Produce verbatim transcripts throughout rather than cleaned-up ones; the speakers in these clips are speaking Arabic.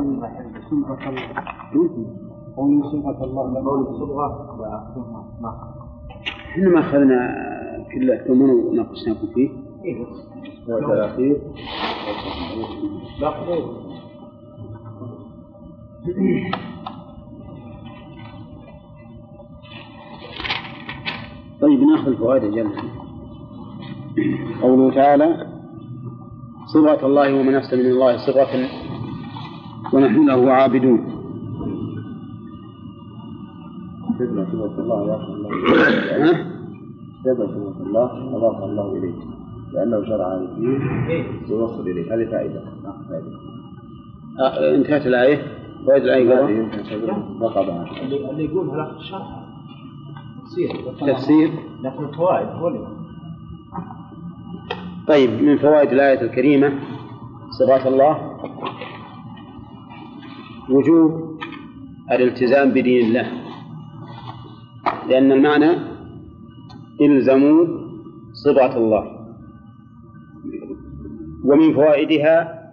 قول صفة الله قول الصبغة ما إحنا ما أخذنا كله ثم ناقشناكم فيه. إيه والأخير لا طيب نأخذ فوائد جل. قوله تعالى صبغة الله ومن أحسن من الله صبغة ونحن له عابدون. صبغة الله أضاف الله صبغة الله أضاف الله إليه لأنه شرع الدين ويوصل إليه. هذه فائدة. آه انتهت الآية. فائدة الآية رقبها اللي يقول هذا الشرح تفسير لكن الفوائد هو. طيب من فوائد الآية الكريمة صفات الله وجوب الالتزام بدين الله، لأن المعنى إلزموا صفات الله. ومن فوائدها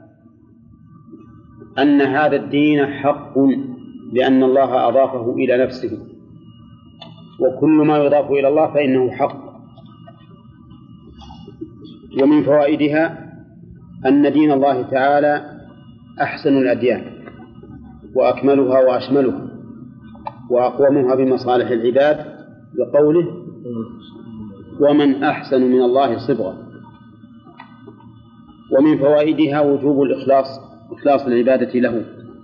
أن هذا الدين حق لأن الله أضافه إلى نفسه، وكل ما يضاف إلى الله فإنه حق. ومن فوائدها أن دين الله تعالى أحسن الأديان وأكملها وأشملها وأقومها بمصالح العباد بقوله ومن أحسن من الله صبغة. ومن فوائدها وجوب الإخلاص إخلاص العبادة له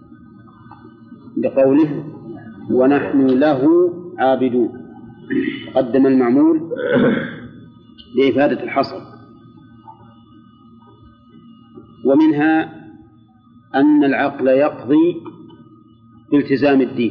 بقوله ونحن له عابدون، قدم المعمول لإفادة الحصر. ومنها أن العقل يقضي بالتزام الدين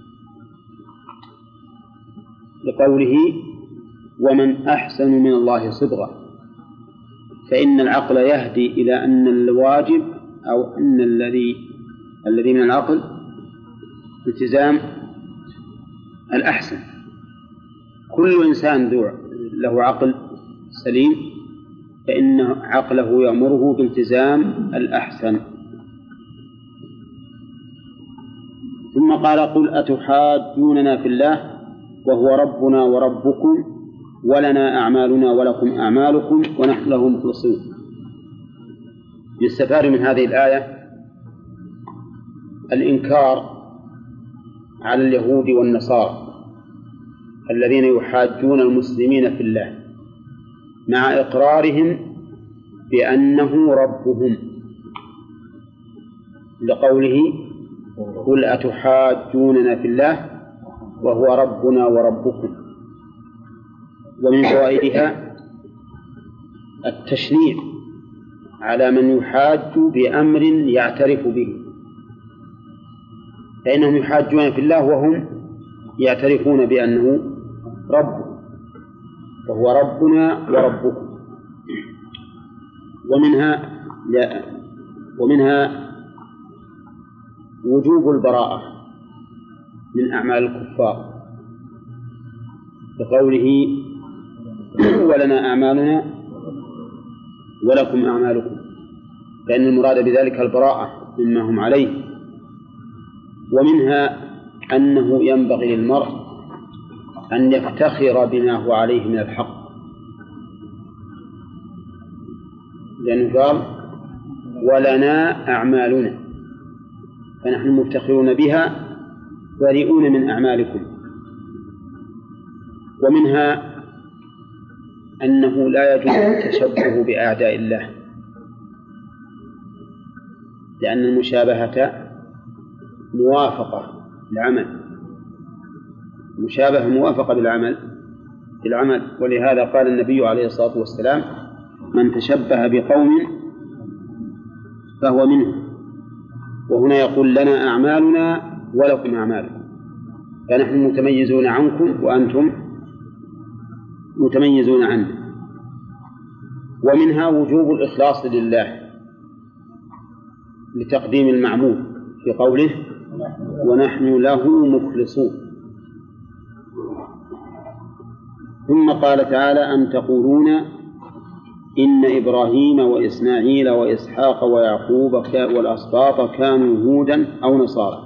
بقوله ومن أحسن من الله صبغة، فإن العقل يهدي إلى أن الواجب أو أن الذي الذي من العقل التزام الأحسن. كل إنسان له عقل سليم فإن عقله يأمره بالتزام الأحسن. ثم قال قل أتحاجوننا في الله وهو ربنا وربكم ولنا أعمالنا ولكم أعمالكم ونحن له مخلصون. يستفاد من هذه الآية الإنكار على اليهود والنصارى الذين يحاجون المسلمين في الله مع إقرارهم بأنه ربهم لقوله قل أتحاجوننا في الله وهو ربنا وربكم. ومن فوائدها التشنيع على من يحاج بأمر يعترف به، فإنهم يحاجون في الله وهم يعترفون بأنه رب وهو ربنا وربكم. ومنها لا ومنها وجوب البراءة من أعمال الكفار بقوله ولنا أعمالنا ولكم أعمالكم، فإن المراد بذلك البراءة مما هم عليه. ومنها أنه ينبغي للمرء أن يفتخر بما هو عليه من الحق، لأنه قال ولنا أعمالنا، فنحن مفتخرون بها بريئون من أعمالكم. ومنها أنه لا يجوز التشبه بأعداء الله، لأن المشابهة موافقة بالعمل، مشابهة موافقة بالعمل بالعمل ولهذا قال النبي عليه الصلاة والسلام من تشبه بقوم فهو منه. وهنا يقول لنا أعمالنا ولكم أعمالكم، فنحن متميزون عنكم وأنتم متميزون عنه. ومنها وجوب الإخلاص لله لتقديم المعمول في قوله ونحن له مخلصون. ثم قال تعالى أن تقولون إن إبراهيم وإسماعيل وإسحاق ويعقوب والأسباط كانوا هودا أو نصارى.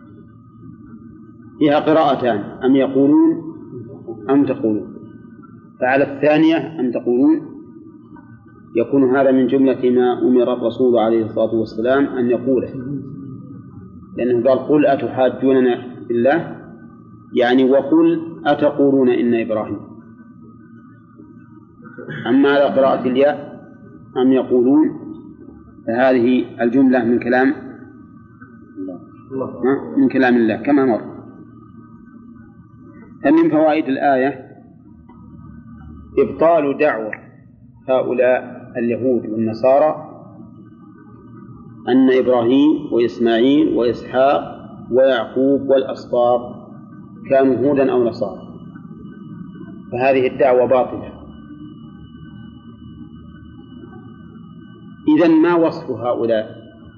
فيها قراءتان، أم يقولون أم تقولون. فعلى الثانية أم تقولون يكون هذا من جملة ما أمر الرسول عليه الصلاة والسلام أن يقوله، لأنه قال قل أتحاجوننا بالله، يعني وقل أتقولون إن إبراهيم. أما على قراءة الياء أم يقولون فهذه الجملة من كلام من كلام الله كما مر. فمن فوائد الآية إبطال دعوة هؤلاء اليهود والنصارى أن إبراهيم وإسماعيل وإسحاق ويعقوب والأسباط كانوا هودا أو نصارى، فهذه الدعوة باطلة. إذن ما وصف هؤلاء؟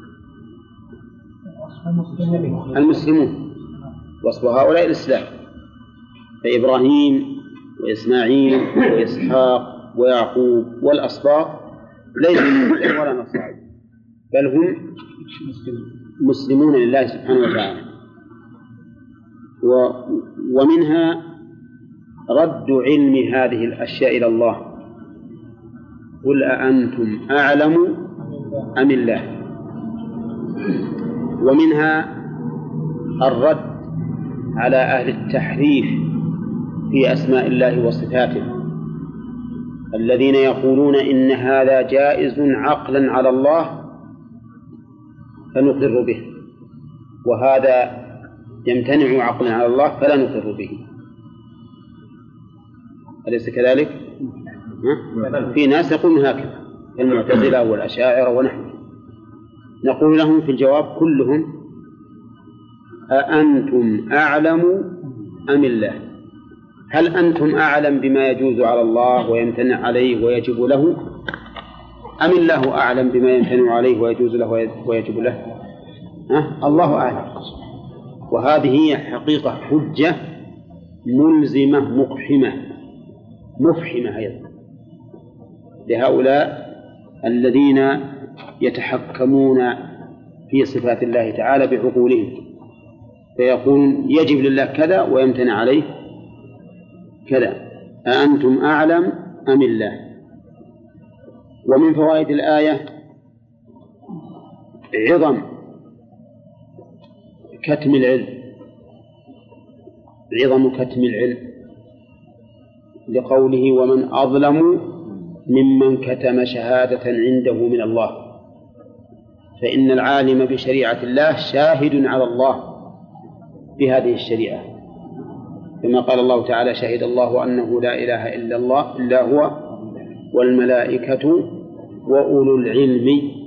المسلمون. وصف هؤلاء الإسلام. فإبراهيم وإسماعيل وإسحاق ويعقوب والأسباط ليسوا مسلمين ولا نصارى، بل هم مسلمون لله سبحانه وتعالى. ومنها رد علم هذه الأشياء إلى الله، قل أأنتم أعلم أم الله. ومنها الرد على أهل التحريف في أسماء الله وصفاته الذين يقولون إن هذا جائز عقلا على الله فنقر به، وهذا يمتنع عقلا على الله فلا نقر به. أليس كذلك؟ في ناس يقولون هكذا كالمعتزلة والأشاعرة ونحن، نقول لهم في الجواب كلهم أأنتم أعلم أم الله؟ هل أنتم أعلم بما يجوز على الله ويمتنع عليه ويجب له، أم الله أعلم بما يمتنع عليه ويجوز له ويجب له؟ أه؟ الله أعلم. وهذه هي حقيقة حجة ملزمة مقحمة مفحمة أيضا لهؤلاء الذين يتحكمون في صفات الله تعالى بعقولهم، فيقولون يجب لله كذا ويمتنع عليه كذا. أأنتم أعلم أم الله؟ ومن فوائد الآية عظم كتم العلم، عظم كتم العلم، لقوله ومن أظلم ممن كتم شهادة عنده من الله. فإن العالم بشريعة الله شاهد على الله بهذه الشريعة، كما قال الله تعالى شهد الله أنه لا إله إلا الله إلا هو والملائكة وأولو العلم.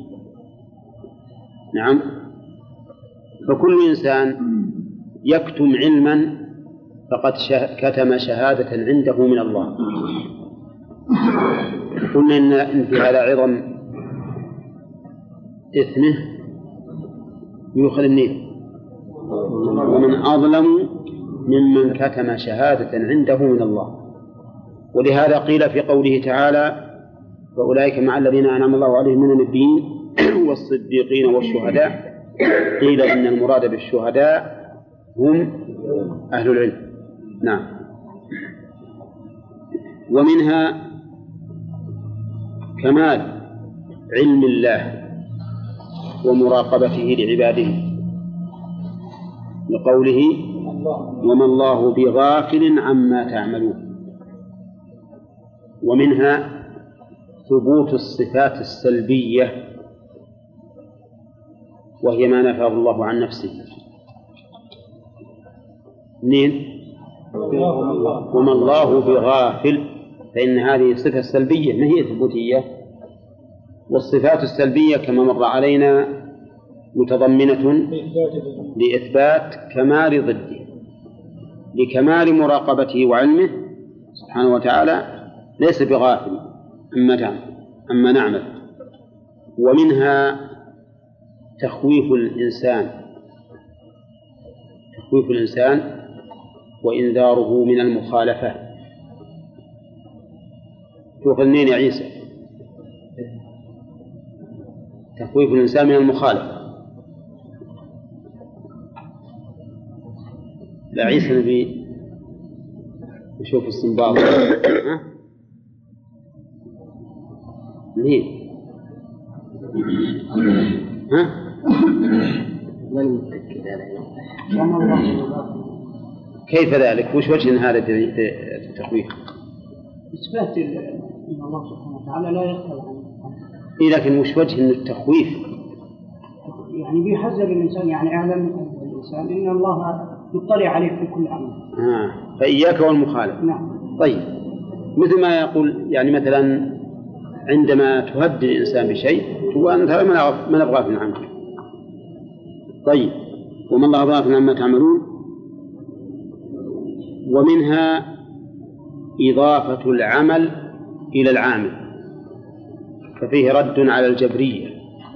نعم. فكل إنسان يكتم علما فقد كتم شهادة عنده من الله. قلنا إن في هذا عظم إثمه يؤخذ النيل، ومن أظلم ممن كتم شهادة عنده من الله. ولهذا قيل في قوله تعالى وأولئك مع الذين أنعم الله عليهم من النبيين والصديقين والشهداء، قيل إن المراد بالشهداء هم أهل العلم. نعم. ومنها كمال علم الله ومراقبته لعباده، لقوله وما الله بغافل عما تعملون. ومنها ثبوت الصفات السلبية وهي ما نفاه الله عن نفسه. اثنين وما الله بغافل، فإن هذه صفة سلبية ما هي ثبوتية. والصفات السلبية كما مر علينا متضمنة لإثبات كمال ضده، لكمال مراقبته وعلمه سبحانه وتعالى ليس بغافل أما نعمل. ومنها تخويف الإنسان تخويف الإنسان وإنذاره من المخالفة. تؤخذ منين يا عيسى؟ تخويف الإنسان من المخالف. لا عيسى نبي نشوف السنباط. مين؟ ها؟ كيف ذلك؟ وش وجه هذا التخويف؟ إثبات أن الله سبحانه وتعالى لا يخفى عنه. إيه لكن وش وجه التخويف؟ يعني بيحذر الإنسان، يعني أعلم الإنسان إن الله يطلع عليه في كل أمر. آه. فإياك والمخالف. نعم. طيب مثل ما يقول يعني مثلا عندما تهدد الإنسان بشيء هو أنت ما نبغاك من عنك. طيب وما الله غافل عما تعملون. ومنها إضافة العمل إلى العامل، ففيه رد على الجبرية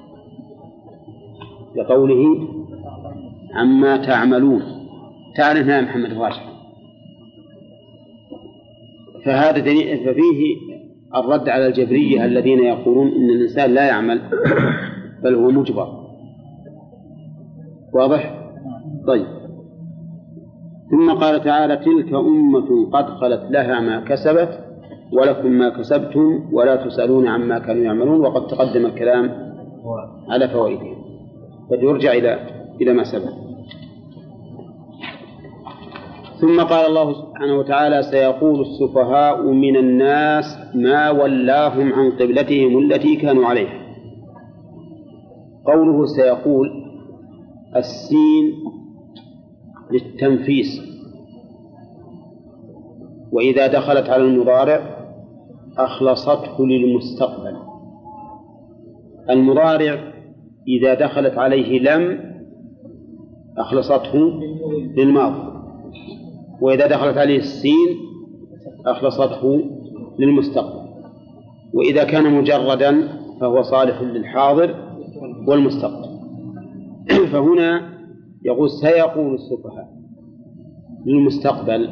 لقوله عما تعملون. تعرف يا محمد الراشد. فهذا ففيه الرد على الجبرية الذين يقولون إن الإنسان لا يعمل بل هو مجبر. واضح؟ طيب ثم قال تعالى تلك أمة قد خلت لها ما كسبت ولكم ما كسبتم ولا تسألون عما كانوا يعملون. وقد تقدم الكلام على فوائدهم فيرجع إلى إلى ما سبق. ثم قال الله سبحانه وتعالى سيقول السفهاء من الناس ما ولاهم عن قبلتهم التي كانوا عليها. قوله سيقول السين للتنفيس، وإذا دخلت على المضارع أخلصته للمستقبل. المضارع إذا دخلت عليه لم أخلصته للماضي، وإذا دخلت عليه السين أخلصته للمستقبل، وإذا كان مجردا فهو صالح للحاضر والمستقبل. فهنا يقول سيقول السفهاء للمستقبل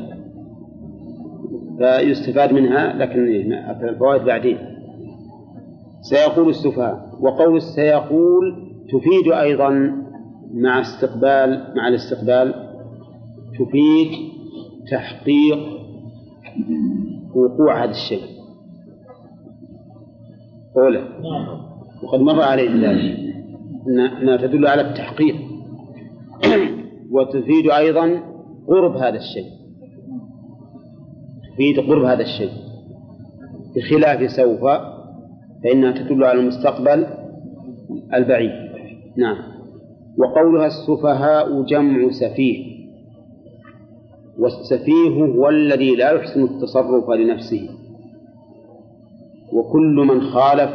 فيستفاد منها، لكن الفوائد بعدين. سيقول السفهاء. وقول سيقول تفيد أيضا مع استقبال مع الاستقبال تفيد تحقيق وقوع هذا الشيء. أولا وقد مر عليه ذلك أنها تدل على التحقيق، وتفيد أيضا قرب هذا الشيء، تفيد قرب هذا الشيء بخلاف سوف فإنها تدل على المستقبل البعيد. نعم. وقولها السفهاء جمع سفيه، والسفيه هو الذي لا يحسن التصرف لنفسه، وكل من خالف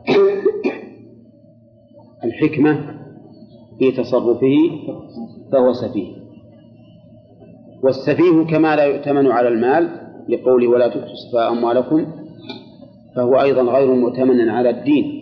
الحكمة في تصرفه فهو سفيه. والسفيه كما لا يؤتمن على المال لقوله ولا تؤتوا السفهاء أموالكم فهو أيضا غير مؤتمن على الدين.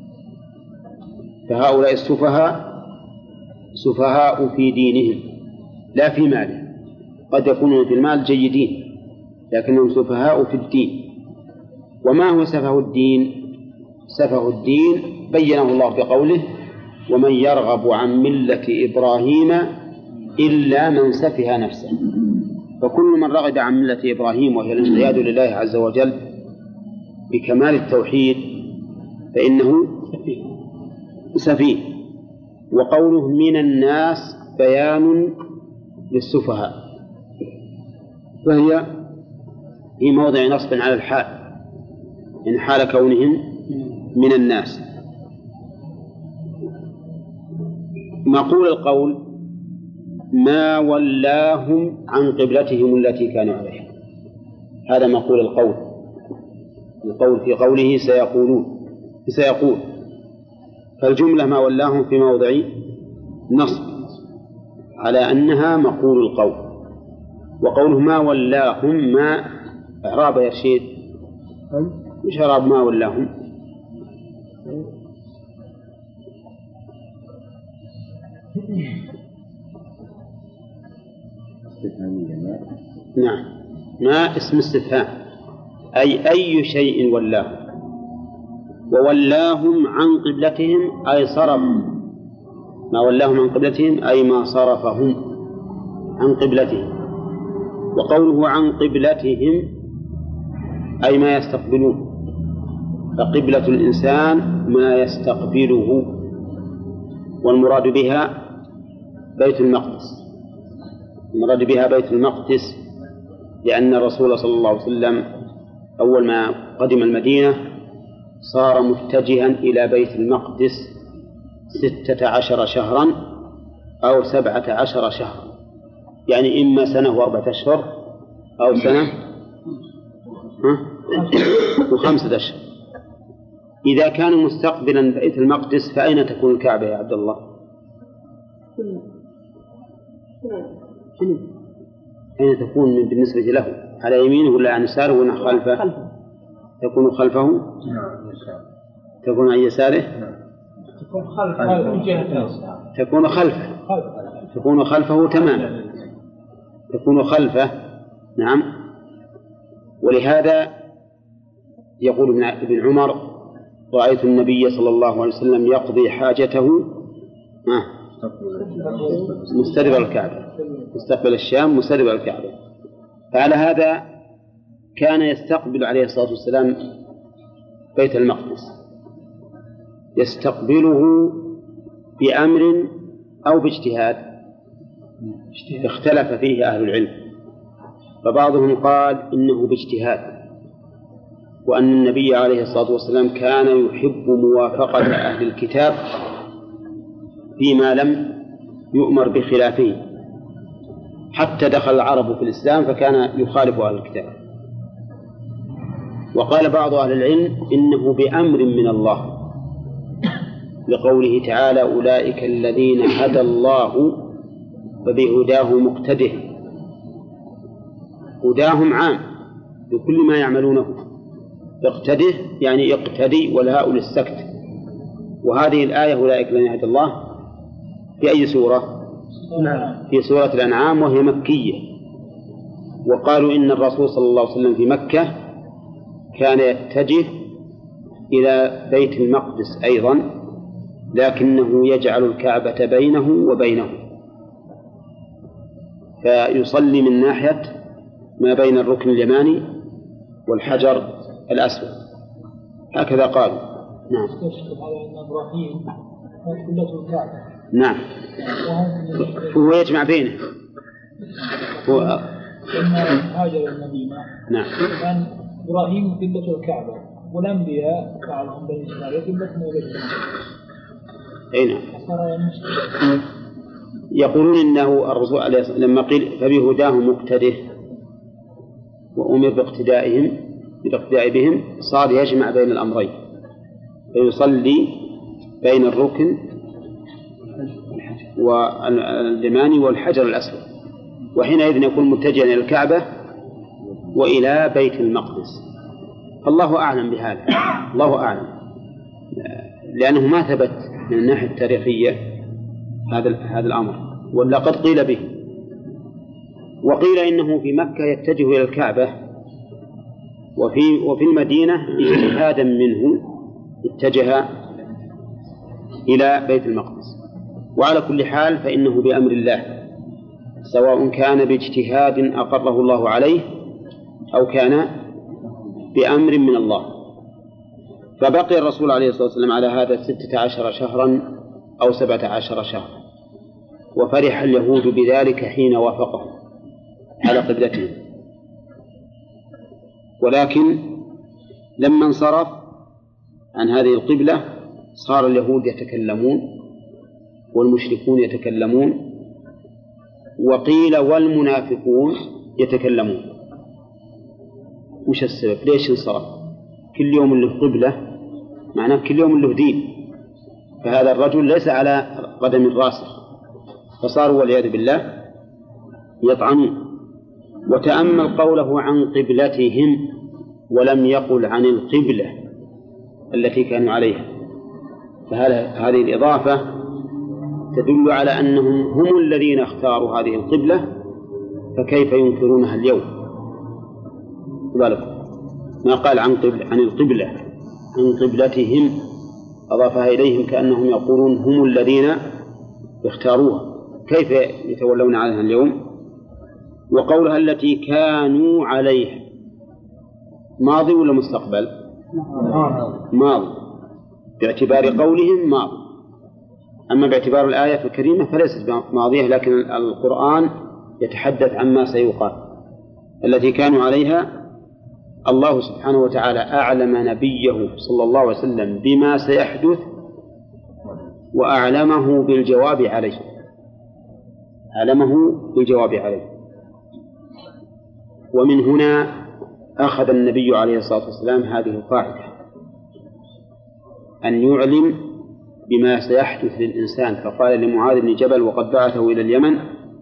فهؤلاء السفهاء سفهاء في دينهم لا في مالهم. قد يكونون في المال جيدين لكنهم سفهاء في الدين. وما هو سفه الدين؟ سفه الدين بينه الله بقوله ومن يرغب عن ملة إبراهيم إلا من سفه نفسه. فكل من رغب عن ملة إبراهيم وهي الانقياد لله عز وجل بكمال التوحيد فإنه سفيه. وقوله من الناس بيان للسفهاء، فهي في موضع نصب على الحال، إن حال كونهم من الناس. مقول القول ما ولاهم عن قبلتهم التي كانوا عليها، هذا مقول القول. القول في قوله سيقولون سيقول، فالجملة ما ولاهم في موضع نصب على أنها مقول القول. وقوله ما ولاهم ما إعراب يا رشيد؟ مش إعراب ما ولاهم؟ نعم ما اسم استفهام، أي أي شيء ولاه. وولاهم عن قبلتهم أي صرفوا، ما ولاهم عن قبلتهم أي ما صرفهم عن قبلتهم. وقوله عن قبلتهم أي ما يستقبلون، فقبلة الإنسان ما يستقبله، والمراد بها بيت المقدس، المراد بها بيت المقدس، لأن الرسول صلى الله عليه وسلم أول ما قدم المدينة صار متجها إلى بيت المقدس ستة عشر شهرا أو سبعة عشر شهرا، يعني إما سنة وأربعة أشهر أو سنة وخمسة أشهر. إذا كان مستقبلا بيت المقدس فأين تكون الكعبة يا عبد الله؟ أين تكون بالنسبة له؟ على يمينه ولا عن يساره ولا خلفه؟ تكون خلفه؟ تكون عن يساره؟ تكون خلفه تكون خلفه تكون خلفه تماما، تكون خلفه. نعم. ولهذا يقول ابن عمر: رأيت النبي صلى الله عليه وسلم يقضي حاجته مستدبر الكعبة، مستقبل الشام مستدبر الكعبة. فعلى هذا كان يستقبل عليه الصلاة والسلام بيت المقدس، يستقبله بأمر أو باجتهاد، اختلف فيه أهل العلم، فبعضهم قال إنه باجتهاد، وأن النبي عليه الصلاة والسلام كان يحب موافقة أهل الكتاب فيما لم يؤمر بخلافه، حتى دخل العرب في الإسلام فكان يخالف أهل الكتاب. وقال بعض أهل العلم إنه بأمر من الله، لقوله تعالى: أولئك الذين هدى الله فبهداه مقتده. هداهم عام بكل ما يعملونه، اقتده يعني اقتدي والهاء للسكت. وهذه الآية أولئك الذين هدى الله في أي سورة؟ في سورة الأنعام، وهي مكية. وقالوا إن الرسول صلى الله عليه وسلم في مكة كان يتجه إلى بيت المقدس أيضا، لكنه يجعل الكعبة بينه وبينه، فيصلي من ناحية ما بين الركن اليماني والحجر الأسود، هكذا قالوا. نعم. نعم، هو يجمع بينه. هو هاجر المدينة. نعم. كان إبراهيم قبلة الكعبة، والأنبياء بعضهم بني إسرائيل قبلة بيت أين؟ يقولون إنه الرسول عليه لما قيل فبهداه مقتده وأمر باقتدائهم بالاقتداء بهم، صار يجمع بين الأمرين، فيصلي بين الركن واليماني والحجر الأسود، وحينئذ يكون متجها إلى الكعبة وإلى بيت المقدس. الله أعلم بهذا، الله أعلم، لأنه ما ثبت من الناحية التاريخية هذا هذا الأمر، ولا قد قيل به. وقيل إنه في مكة يتجه إلى الكعبة، وفي وفي المدينة اجتهادا منه اتجه إلى بيت المقدس. وعلى كل حال فإنه بأمر الله، سواء كان باجتهاد أقره الله عليه أو كان بأمر من الله. فبقي الرسول عليه الصلاة والسلام على هذا ستة عشر شهرا أو سبعة عشر شهرا، وفرح اليهود بذلك حين وافقهم على قبلتهم. ولكن لما انصرف عن هذه القبلة صار اليهود يتكلمون والمشركون يتكلمون، وقيل والمنافقون يتكلمون. وش السبب؟ ليش انصرف؟ كل يوم له قبلة، معناه كل يوم له دين، فهذا الرجل ليس على قدم راسخ، فصاروا والعياذ بالله يطعنون. وتأمل قوله عن قبلتهم ولم يقل عن القبلة التي كانوا عليها، فهذه الإضافة تدل على أنهم هم الذين اختاروا هذه القبلة، فكيف ينكرونها اليوم؟ ذلك ما قال عن قبل عن القبلة عن قبلتهم أضافها إليهم كأنهم يقولون هم الذين اختاروها، كيف يتولون عنها اليوم؟ وقولها التي كانوا عليها ماضي ولا مستقبل؟ ماضي باعتبار قولهم ماضي، أما باعتبار الآية الكريمة فليست ماضية، لكن القرآن يتحدث عما سيقال. التي كانوا عليها الله سبحانه وتعالى أعلم نبيه صلى الله عليه وسلم بما سيحدث وأعلمه بالجواب عليه، أعلمه بالجواب عليه. ومن هنا أخذ النبي عليه الصلاة والسلام هذه القاعدة أن يعلم بما سيحدث للإنسان، فقال لمعاذ بن جبل وقد بعثه إلى اليمن: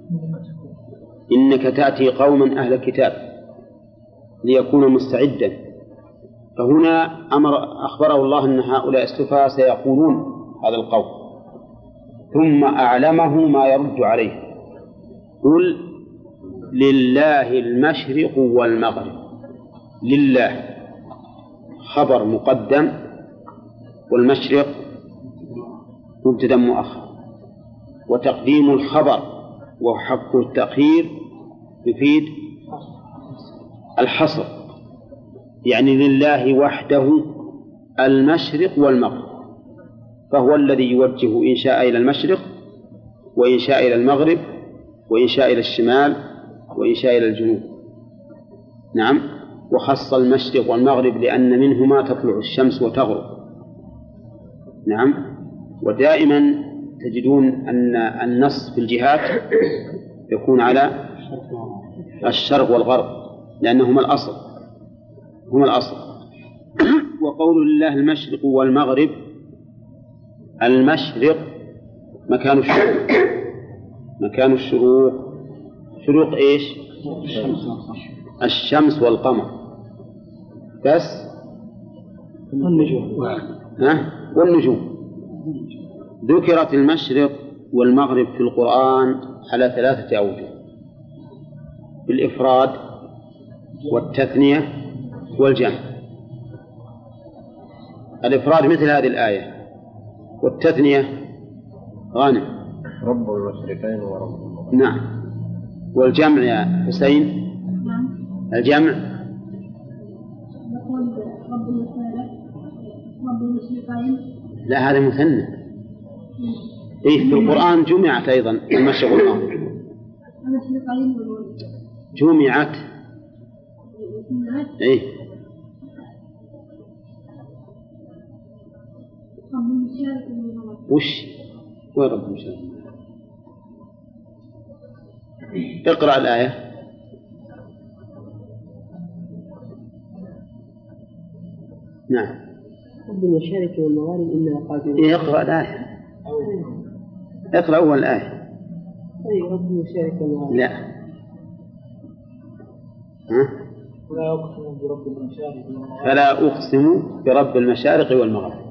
إنك تأتي قوما أهل الكتاب ليكون مستعدا. فهنا أمر أخبره الله أن هؤلاء السفهاء سيقولون هذا القول، ثم أعلمه ما يرد عليه: قل لله المشرق والمغرب. لله خبر مقدم، والمشرق مبتدأ مؤخر، وتقديم الخبر وحق التأخير يفيد الحصر، يعني لله وحده المشرق والمغرب، فهو الذي يوجه إن شاء إلى المشرق وإن شاء إلى المغرب وإن شاء إلى الشمال وإن شاء إلى الجنوب. نعم، وخص المشرق والمغرب لأن منهما تطلع الشمس وتغرب. نعم، ودائما تجدون أن النص في الجهات يكون على الشرق والغرب لأنهما الأصل، هما الأصل. وقول الله المشرق والمغرب: المشرق مكان الشروق، مكان الشروق شروق إيش؟ الشمس والقمر بس والنجوم. ها؟ والنجوم. ذكرت المشرق والمغرب في القرآن على ثلاثة أوجه: بالإفراد والتثنية والجمع. الإفراد مثل هذه الآية، والتثنية غانم رب المشرقين ورب المغرب. نعم، والجمع يا حسين الجمع يقول رب المشرق رب المشرقين. لا، هذا مثنى. إيه، في القرآن جمعت أيضا المشرق والمغرب، المشرقين والمغرب جمعت. إيه، رب المشرق والمغرب. وش وين رب المشرق؟ اقرأ الآية. نعم، رب المشارق والمغارب إنا قادرون. إيه، اقرأ الآية، اقرأ أول الآية. أي رب المشارق والمغارب. لا، ها؟ فلا أقسم برب المشارق والمغرب. فلا أقسم برب المشارق والمغرب.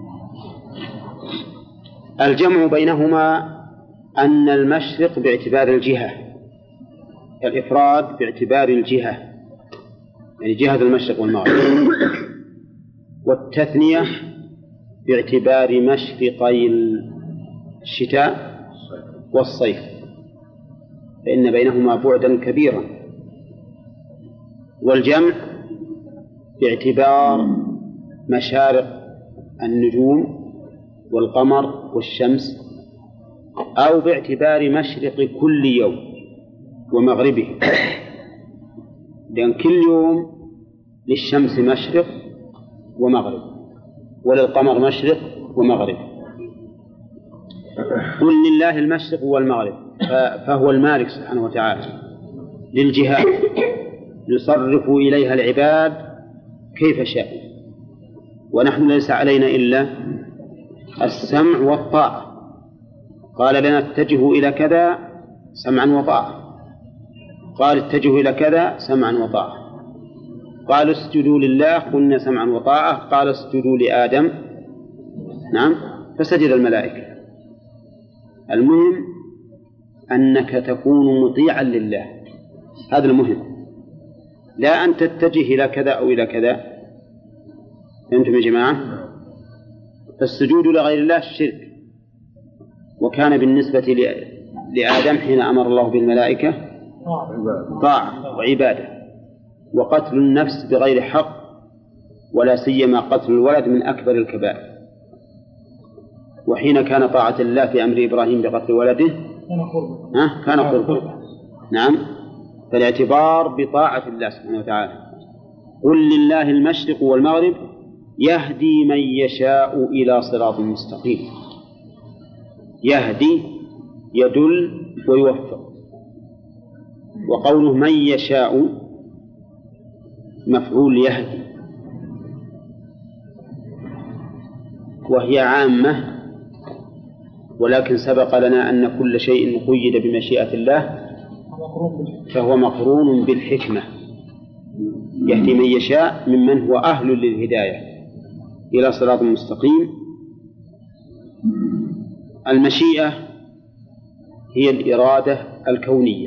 الجمع بينهما أن المشرق باعتبار الجهة، الإفراد باعتبار الجهة، يعني جهة المشرق والمغرب، والتثنية باعتبار مشرقي الشتاء والصيف، فإن بينهما بعدا كبيرا. والجمع باعتبار مشارق النجوم والقمر والشمس، أو باعتبار مشرق كل يوم ومغربه، لأن كل يوم للشمس مشرق ومغرب وللقمر مشرق ومغرب. قل لله المشرق والمغرب، فهو المالك سبحانه وتعالى للجهات يصرف إليها العباد كيف شاء، ونحن ليس علينا إلا السمع والطاعة. قال لنا اتجهوا إلى كذا سمعا وطاعة، قال اتجهوا إلى كذا سمعا وطاعة، قال اسجدوا لله قلنا سمعا وطاعة، قال اسجدوا لآدم نعم فسجد الملائكة. المهم أنك تكون مطيعا لله، هذا المهم، لا أن تتجه إلى كذا أو إلى كذا، فهمتم يا جماعة؟ فالسجود لغير الله شرك. وكان بالنسبة لآدم حين أمر الله بالملائكة طاعة وعبادة. وقتل النفس بغير حق ولا سيما قتل الولد من أكبر الكبائر. وحين كان طاعة الله في أمر إبراهيم بقتل ولده كان قربا. نعم، فالاعتبار بطاعة الله سبحانه وتعالى. قل لله المشرق والمغرب يهدي من يشاء إلى صراط مستقيم. يهدي يدل ويوفق. وقوله من يشاء مفعول يهدي، وهي عامة، ولكن سبق لنا أن كل شيء قيد بمشيئة الله فهو مقرون بالحكمة. يهدي من يشاء ممن هو أهل للهداية إلى صراط مستقيم. المشيئة هي الإرادة الكونية،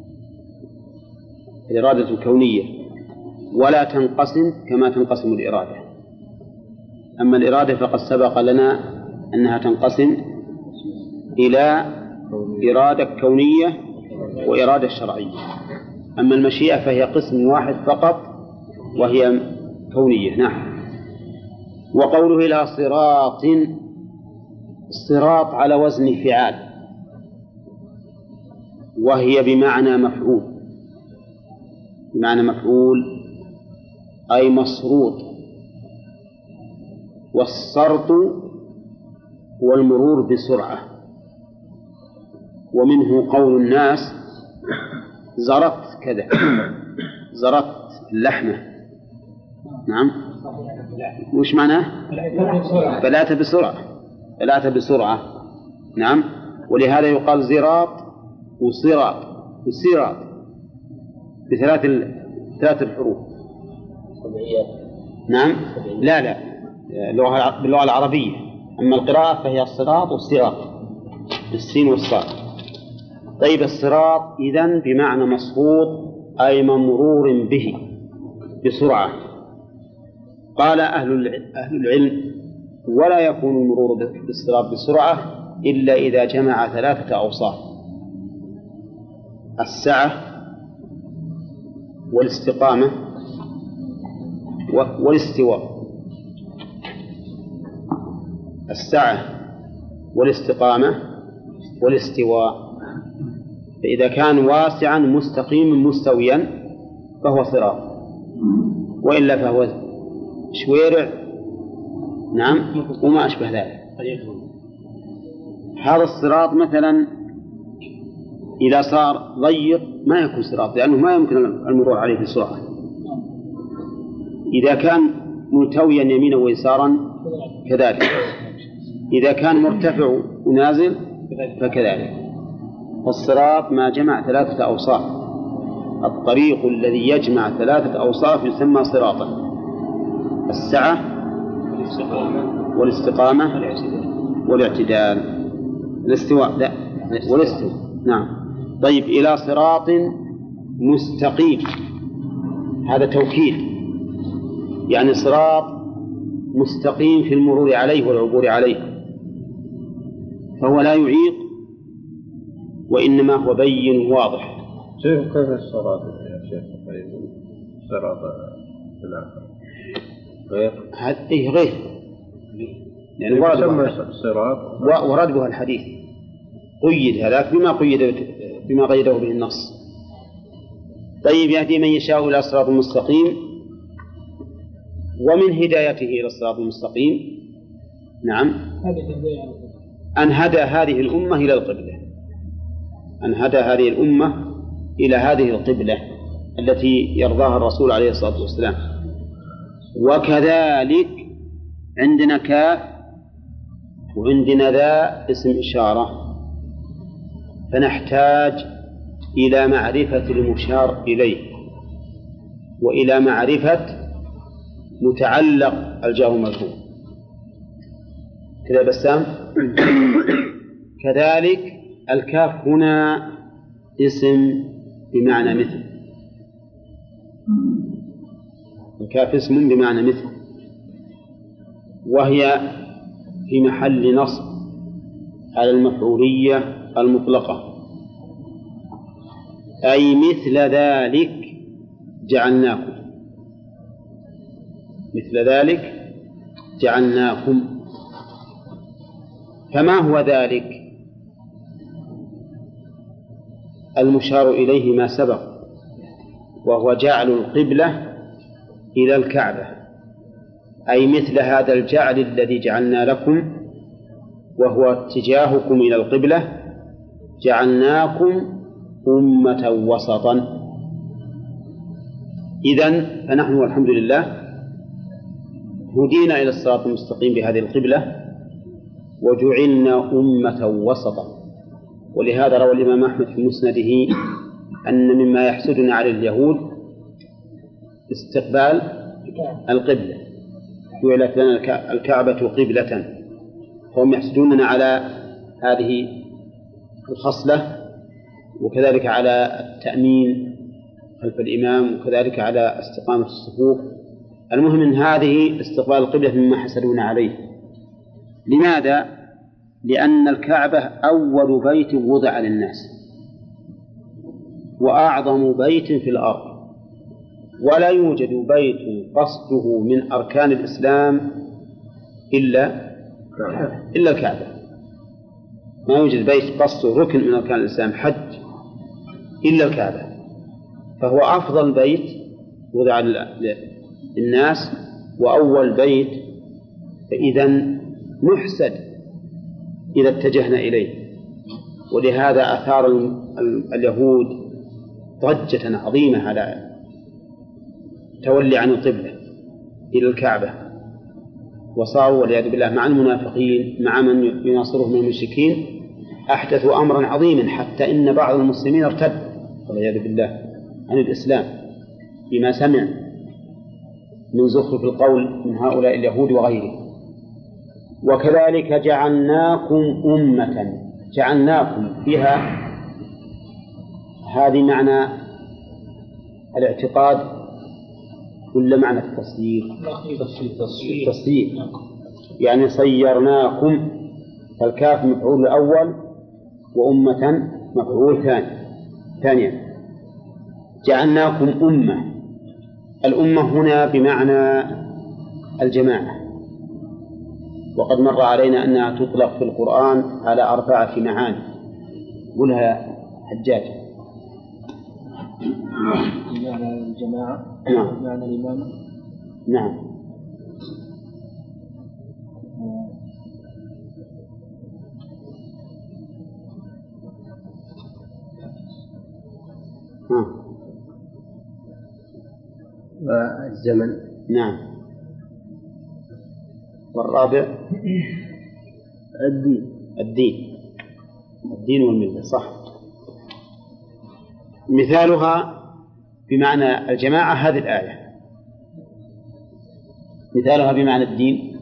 الإرادة الكونية، ولا تنقسم كما تنقسم الإرادة. أما الإرادة فقد سبق لنا أنها تنقسم إلى إرادة كونية وإرادة شرعية. أما المشيئة فهي قسم واحد فقط وهي كونية. نعم. وقوله إلى صراط، الصراط على وزن فعال، وهي بمعنى مفعول، بمعنى مفعول أي مصروط. والسرط هو المرور بسرعة. ومنه قول الناس زرت كذا، زرت اللحمة. نعم، وش معناه؟ بلعت بسرعة، بلعت بسرعة. نعم، ولهذا يقال زراط وصراط وصراط بثلاث ثلاث الحروف. نعم، لا لا باللغة العربية. أما القراءة فهي الصراط والصراط بالسين والصاد. طيب، الصراط إذن بمعنى مصروط أي ممرور به بسرعة. قال أهل العلم ولا يكون المرور بالصراط بسرعة إلا إذا جمع ثلاثة أوصاف: السعة والاستقامة والاستواء. السعة والاستقامة والاستواء. فإذا كان واسعا مستقيما مستويا فهو صراط، وإلا فهو شويرع. نعم، وما أشبه ذلك. هذا الصراط مثلا إذا صار ضيق ما يكون صراط، لأنه ما يمكن المرور عليه بسرعة. إذا كان ملتويا يمينا ويسارا كذلك. إذا كان مرتفع ونازل فكذلك. والصراط ما جمع ثلاثة أوصاف. الطريق الذي يجمع ثلاثة أوصاف يسمى صراطا: السعة والاستقامة والاعتدال. الاستواء لا، والاستواء. نعم. طيب، إلى صراط مستقيم، هذا توكيد، يعني صراط مستقيم في المرور عليه والعبور عليه، فهو لا يعيق وإنما هو بين واضح. شيخ، كيف الصراط يا شيخ؟ صراط الآخر غير هذه غير، يعني ورد الصراط ورد بها الحديث، قيد هذاك بما قيد بما قيده به النص. طيب، يهدي من يشاء إلى صراط مستقيم. ومن هدايته إلى الصراط المستقيم نعم أن هدى هذه الأمة إلى القبلة، أن هدى هذه الأمة إلى هذه القبلة التي يرضاها الرسول عليه الصلاة والسلام. وكذلك عندنا كاف وعندنا ذا اسم إشارة، فنحتاج إلى معرفة المشار إليه وإلى معرفة متعلق الجار والمجرور. كذا بسام. كذلك الكاف هنا اسم بمعنى مثل، الكاف اسم بمعنى مثل، وهي في محل نصب على المفعولية المطلقة، أي مثل ذلك جعلناكم، مثل ذلك جعلناكم. فما هو ذلك؟ المشار إليه ما سبق، وهو جعل القبلة إلى الكعبة، أي مثل هذا الجعل الذي جعلنا لكم وهو اتجاهكم إلى القبلة، جعلناكم أمة وسطا. إذن فنحن والحمد لله هدينا إلى الصراط المستقيم بهذه القبلة وجعلنا أمة وسطا. ولهذا روى الإمام أحمد في مسنده أن مما يحسدنا على اليهود استقبال القبلة، جعلت لنا الكعبة قبلة، فهم يحسدوننا على هذه الخصلة، وكذلك على التأمين خلف الإمام، وكذلك على استقامة الصفوف. المهم من هذه استقبال القبلة مما حسدون عليه. لماذا؟ لأن الكعبة أول بيت وضع للناس وأعظم بيت في الأرض، ولا يوجد بيت قصده من أركان الإسلام إلا إلا الكعبة. ما يوجد بيت قصده ركن من أركان الإسلام حج إلا الكعبة، فهو أفضل بيت وضع للناس وأول بيت، فإذا نحسد إذا اتجهنا إليه. ولهذا أثار اليهود ضجة عظيمة على تولي عن القبلة إلى الكعبة، وصاروا والعياذ بالله مع المنافقين مع من يناصرهم من المشركين أحدثوا أمرا عظيما، حتى إن بعض المسلمين ارتد والعياذ بالله عن الإسلام بما سمع من زخرف القول من هؤلاء اليهود وغيرهم. وكذلك جعلناكم أمة، جعلناكم فيها هذه معنى الاعتقاد ولا معنى التصدير؟ التصدير، يعني صيرناكم، فالكاف مفعول الأول وأمة مفعول ثاني ثانيا. جعلناكم أمة، الأمة هنا بمعنى الجماعة، وقد مر علينا أنها تطلق في القرآن على أربعة معاني. قلها حجاج. بمعنى الجماعة، نعم. بمعنى الإمامة، نعم. ها. والزمن. نعم. والرابع الدين. الدين الدين والملة، صح. مثالها بمعنى الجماعة هذه الآية، مثالها بمعنى الدين.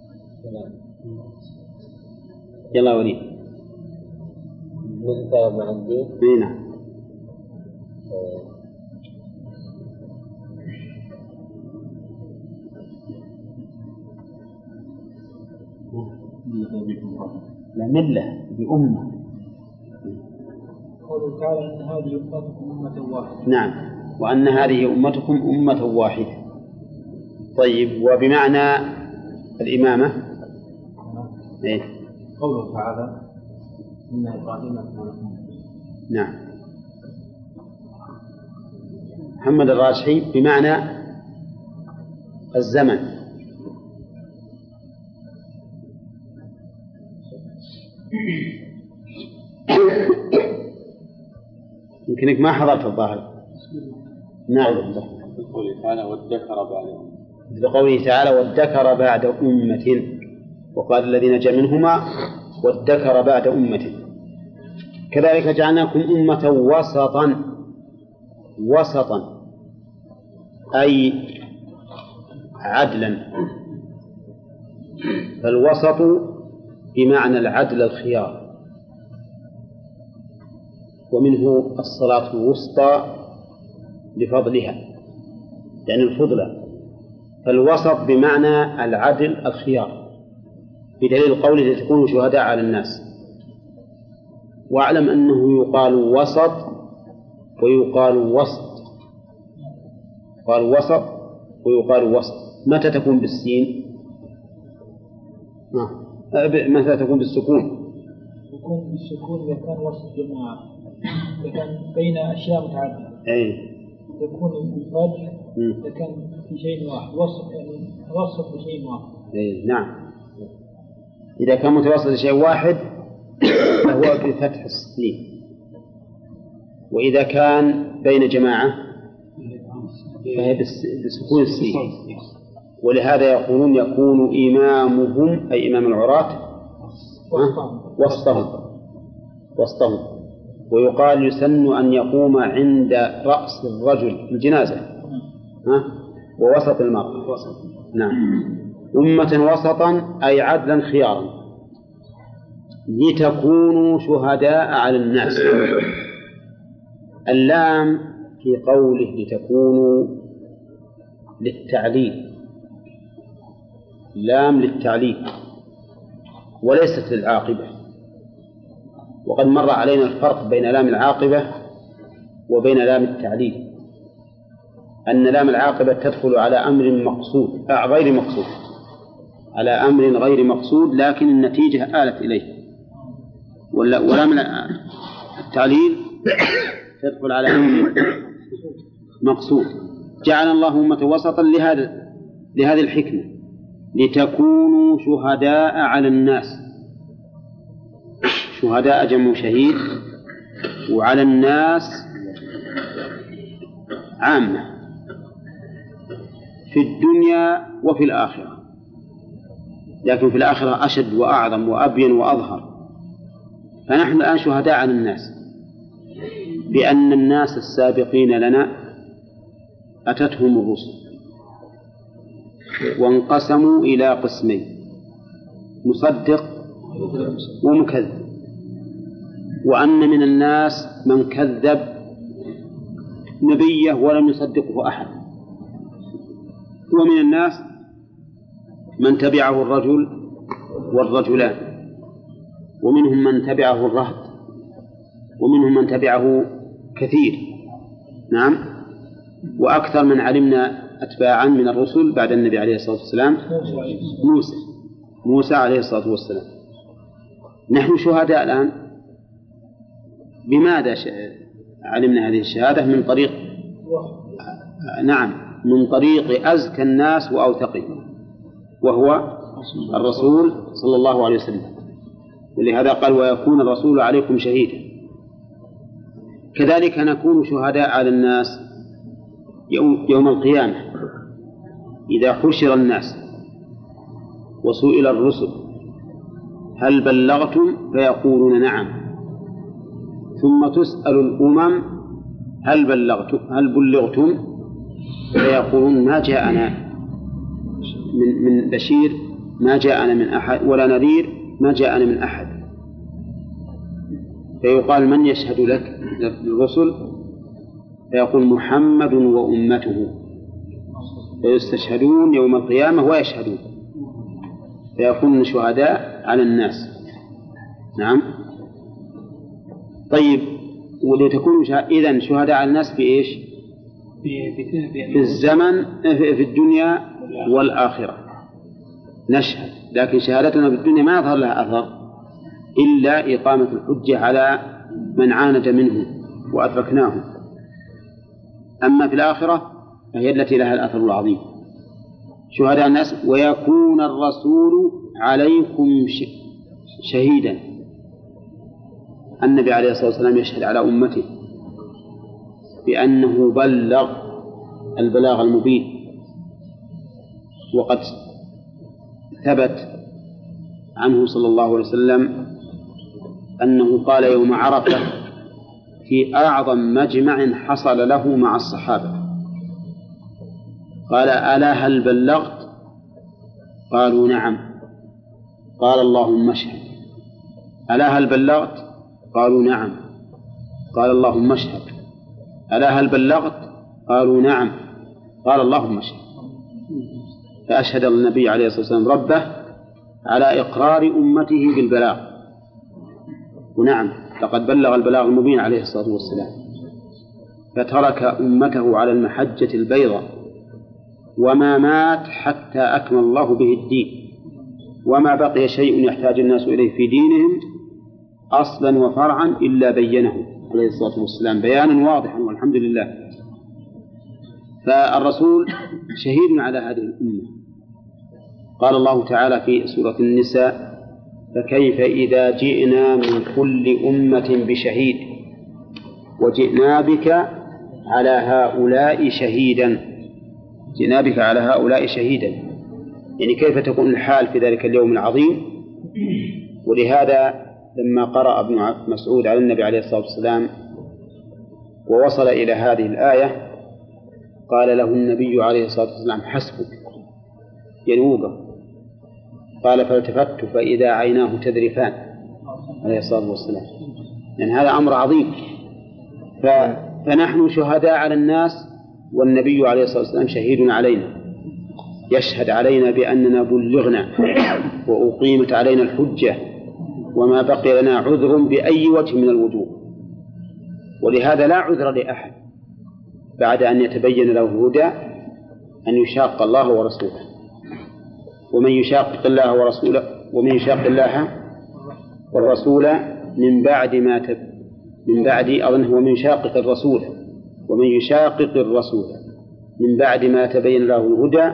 يلا وليد. مثال بمعنى الدين. نعم. لا، ملة بأمة. قوله تعالى إن هذه أمتكم أمة واحدة. نعم، وأن هذه أمتكم أمة واحدة. طيب، وبمعنى الإمامة. إيه؟ قوله تعالى إن إبراهيم كان أمة. نعم. محمد الراجحي بمعنى الزمن. يمكنك ما حضرت الظاهر. نعم. قوله تعالى وادكر بعد أمة. لقوله تعالى وادكر بعد أمة، وقال الذي نجا منهما وادكر بعد أمة. كذلك جعلناكم أمة وسطا، وسطا أي عدلا، فالوسط بمعنى العدل الخيار، ومنه الصلاة الوسطى لفضلها يعني الفضلة، فالوسط بمعنى العدل الخيار. بدليل قوله لتكونوا شهداء على الناس. واعلم أنه يقال وسط ويقال وسط، قال وسط ويقال وسط. متى تكون بالسين؟ آه. متى تكون بالسكون؟ يكون بالسكون إذا كان وسط جماعة، إذا كان بين أشياء متعددة. أي. يكون الفرج إذا كان في شيء واحد، وسط يعني وسط بشيء واحد. أي نعم. إذا كان متوسط لشيء واحد فهو بفتح السين، وإذا كان بين جماعة فهي بسكون السين. ولهذا يقولون يكون إمامهم أي إمام العراة وسطهم وسطهم ويقال يسن أن يقوم عند رأس الرجل في الجنازة ووسط المرأة. نعم. أمة وسطا أي عدلا خيارا لتكونوا شهداء على الناس. اللام في قوله لتكونوا للتعليل، لام للتعليل وليست للعاقبة. وقد مر علينا الفرق بين لام العاقبة وبين لام التعليل، أن لام العاقبة تدخل على أمر مقصود آه غير مقصود على أمر غير مقصود لكن النتيجة آلت إليه، ولام التعليل تدخل على أمر مقصود. جعل الله أمة وسطا لهذا لهذه الحكمة، لتكونوا شهداء على الناس. شهداء جمع شهيد، وعلى الناس عامة في الدنيا وفي الآخرة، لكن في الآخرة أشد وأعظم وأبين وأظهر. فنحن الآن شهداء على الناس بأن الناس السابقين لنا أتتهم الرسل وانقسموا إلى قسمين، مصدق ومكذب، وأن من الناس من كذب نبيه ولم يصدقه أحد، ومن الناس من تبعه الرجل والرجلان، ومنهم من تبعه الرهط، ومنهم من تبعه كثير. نعم. وأكثر من علمنا أتباعا من الرسل بعد النبي عليه الصلاة والسلام موسى موسى عليه الصلاة والسلام. نحن شهداء الآن. بماذا علمنا هذه الشهادة؟ من طريق نعم من طريق أزكى الناس وأوثقهم، وهو الرسول صلى الله عليه وسلم. ولهذا قال ويكون الرسول عليكم شهيدا. كذلك نكون شهداء على الناس يوم, يوم القيامة إذا حشر الناس وسئل الرسل هل بلغتم فيقولون نعم، ثم تسأل الأمم هل بلغتم هل بلغتم فيقولون ما جاءنا من, من بشير ما جاءنا من أحد ولا نذير ما جاءنا من أحد. فيقال من يشهد لك للرسل؟ فيقول محمد وأمته، فيستشهدون يوم القيامة ويشهدون، فيكون شهداء على الناس. نعم. طيب ولتكونوا إذن شهداء على الناس بإيش؟ في الزمن في الدنيا والآخرة نشهد، لكن شهادتنا في الدنيا ما يظهر لها أثر إلا إقامة الحجة على من عاند منهم وأدركناهم. أما في الآخرة فهي التي لها الأثر العظيم. شهداء الناس ويكون الرسول عليكم شهيدا. النبي عليه الصلاة والسلام يشهد على أمته بأنه بلغ البلاغ المبين. وقد ثبت عنه صلى الله عليه وسلم أنه قال يوم عرفة في أعظم مجمع حصل له مع الصحابة، قال ألا هل بلغت؟ قالوا نعم. قال اللهم اشهد. ألا هل بلغت؟ قالوا نعم. قال اللهم اشهد. ألا هل بلغت؟ قالوا نعم. قال اللهم اشهد. فأشهد النبي عليه الصلاة والسلام ربه على إقرار أمته بالبلاغ. ونعم لقد بلغ البلاغ المبين عليه الصلاة والسلام، فترك أمته على المحجة البيضاء وما مات حتى أكمل الله به الدين، وما بقي شيء يحتاج الناس إليه في دينهم أصلا وفرعا إلا بينه عليه الصلاة والسلام بيانا واضحا، والحمد لله. فالرسول شهيد على هذه الأمة. قال الله تعالى في سورة النساء: فكيف إذا جئنا من كل أمة بشهيد وجئنا بك على هؤلاء شهيدا. جئنا بك على هؤلاء شهيدا، يعني كيف تكون الحال في ذلك اليوم العظيم. ولهذا لما قرأ ابن مسعود على النبي عليه الصلاة والسلام ووصل إلى هذه الآية قال له النبي عليه الصلاة والسلام: حسبك، ينوقف. قال: فالتفت فإذا عيناه تذرفان عليه الصلاة والسلام، لأن يعني هذا أمر عظيم. ف... فنحن شهداء على الناس، والنبي عليه الصلاة والسلام شهيد علينا، يشهد علينا بأننا بلغنا وأقيمت علينا الحجة وما بقي لنا عذر بأي وجه من الوجوه. ولهذا لا عذر لأحد بعد أن يتبين له الهدى أن يشاق الله ورسوله. ومن يشاقق الله ورسوله ومن يشاقق الله والرسول من بعد ما تب من بعد أظنه ومن يشاقق الرسول ومن يشاقق الرسول من بعد ما تبين له الهدى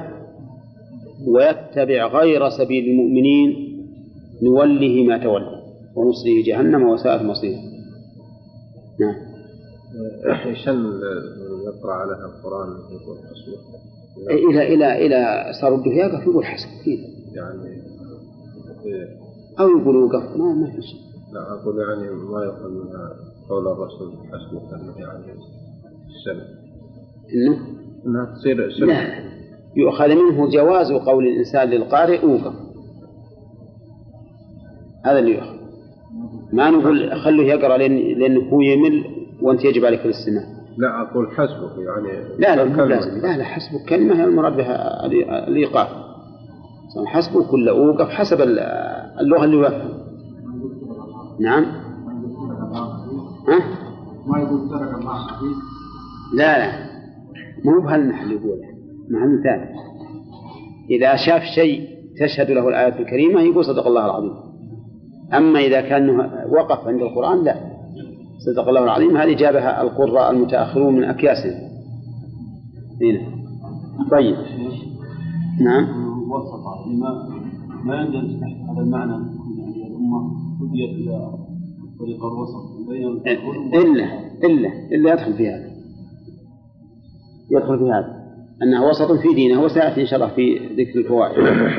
ويتبع غير سبيل المؤمنين نوله ما تولى ونصله جهنم وساءت مصيره. نعم. عشان يقرأ عليها القرآن يقول حسبك إلى إلى إلى صار بده يقف يقول حسبك يعني أو يقول وقف ما ما في شيء. لا أقول يعني ما يقول منها قول الرسول حسبك أنه يعني السنة إنه إنها تصير سنة. لا يؤخذ منه جواز قول الإنسان للقارئ وقف، هذا اللي يؤخذ. ما نقول خليه يقرأ لأن لأنه هو يمل وأنت يجب عليك الاستماع. لا أقول حسبك يعني لا لا مو لازم. لا لا حسبك كلمة هي المراد بها الإيقاف. حسبك كل أوقف حسب اللغة اللي يفهم. نعم. ها؟ ما يقول ترك مع حديث. لا لا مو بهالمحل يقوله، محل ثاني. إذا شاف شيء تشهد له الآيات الكريمة يقول صدق الله العظيم. أما إذا كان وقف عند القرآن لا، صدق الله العظيم هذه جابها القراء المتأخرون من أكياسهم. هنا. طيب. نعم. وسط ما ما عندنا هذا المعنى يعني الأمة هديت إلى طريق الوسط إلا إلا إلا يدخل في هذا، يدخل في هذا أنها وسط في دينه، وسيأتي إن شاء الله في ذكر الفوائد.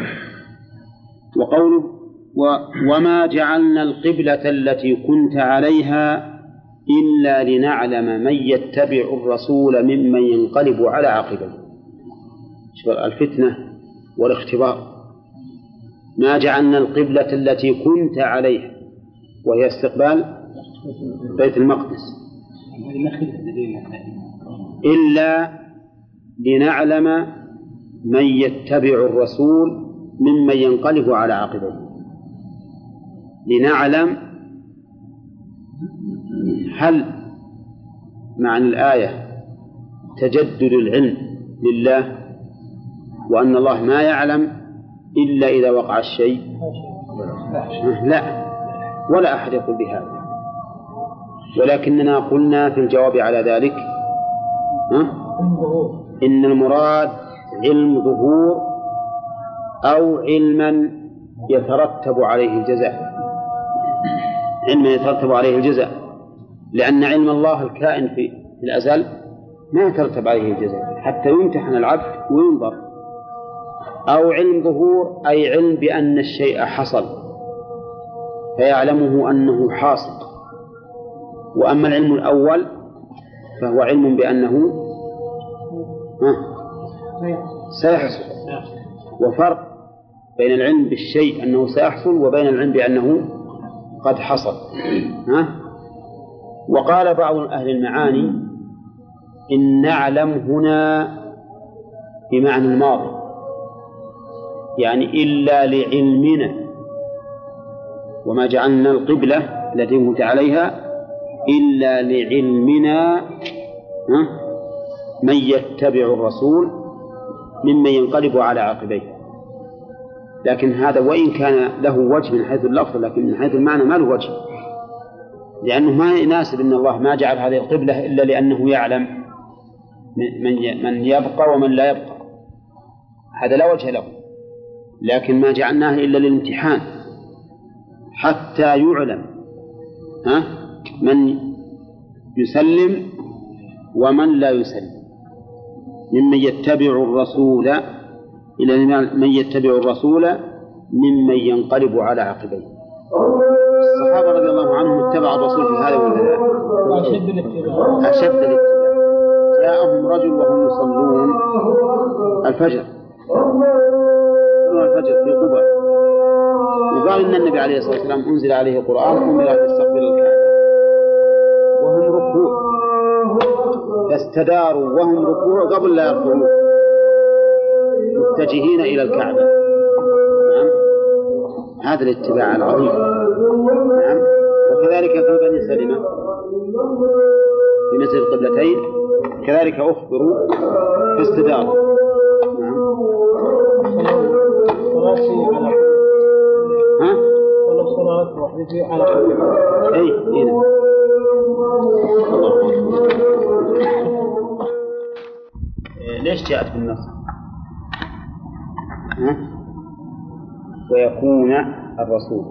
وقوله و وما جعلنا القبلة التي كنت عليها إلا لنعلم من يتبع الرسول ممن ينقلب على عقبه. الفتنة والاختبار. ما جعلنا القبلة التي كنت عليها وهي استقبال بيت المقدس إلا لنعلم من يتبع الرسول ممن ينقلب على عقبه. لنعلم هل معنى الآية تجدد العلم لله وأن الله ما يعلم إلا إذا وقع الشيء؟ لا، ولا أحد يقول بهذا، ولكننا قلنا في الجواب على ذلك إن المراد علم ظهور أو علما يترتب عليه الجزاء، علما يترتب عليه الجزاء، لأن علم الله الكائن في الأزل ما يترتب عليه الجزاء حتى يمتحن العبد وينظر. أو علم ظهور أي علم بأن الشيء حصل فيعلمه أنه حاصل. وأما العلم الأول فهو علم بأنه سيحصل، وفرق بين العلم بالشيء أنه سيحصل وبين العلم بأنه قد حصل. ها؟ وقال بعض أهل المعاني إن نعلم هنا بمعنى الماضي، يعني إلا لعلمنا وما جعلنا القبلة التي كنت عليها إلا لعلمنا من يتبع الرسول ممن ينقلب على عقبيه. لكن هذا وإن كان له وجه من حيث اللفظ، لكن من حيث المعنى ما له وجه، لأنه ما يناسب أن الله ما جعل هذه القبلة إلا لأنه يعلم من يبقى ومن لا يبقى، هذا لا وجه له. لكن ما جعلناه إلا للامتحان حتى يعلم ها من يسلم ومن لا يسلم، ممن يتبع الرسول إلى من يتبع الرسول ممن ينقلب على عقبيه. الصحابة رضي الله عنهم اتبعوا الرسول في هذا ولا لا؟ أشد الاتباع. أشد الاتباع. جاءهم رجل وهم يصلون الفجر الفجر في قباء، وقال إن النبي عليه الصلاة والسلام أنزل عليه القرآن أمر أن يستقبل الكعبة وهم ركوع، فاستداروا وهم ركوع قبل لا يركعوا متجهين إلى الكعبة. نعم. هذا الاتباع العظيم. نعم. وكذلك في بني سلمة في مسجد القبلتين كذلك أخبروا فاستداروا. نعم. ها؟ ولو صلاة واحدة على أي هنا. ليش جاءت بالنص؟ ها؟ ويكون الرسول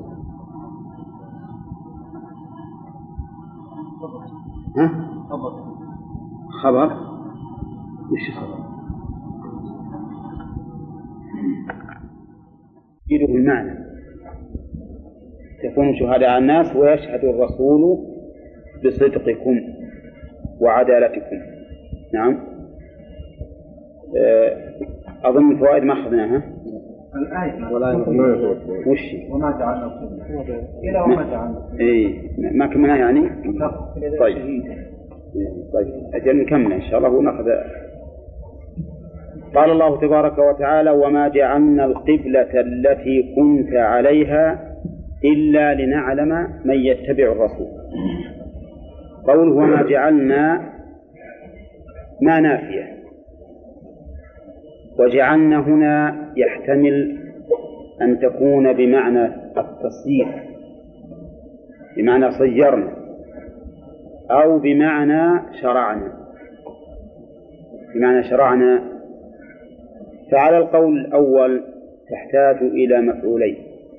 ها؟ خبر وش خبر؟ يفيد المعنى تكونوا شهداء على الناس ويشهد الرسول بصدقكم وعدالتكم. نعم. أظن الفوائد ما أخذناها. الآية ولا وش وما جعلنا القبلة إلى وما جعلنا إيه ما كملنا يعني. طيب طيب أجل نكمل إن شاء الله ونأخذ. قال الله تبارك وتعالى وما جعلنا القبلة التي كنت عليها إلا لنعلم من يتبع الرسول. قوله وما جعلنا ما نافية، وجعلنا هنا يحتمل أن تكون بمعنى التصيير بمعنى صيرنا، أو بمعنى شرعنا بمعنى شرعنا. فعلى القول الأول تحتاج إلى مفعولين،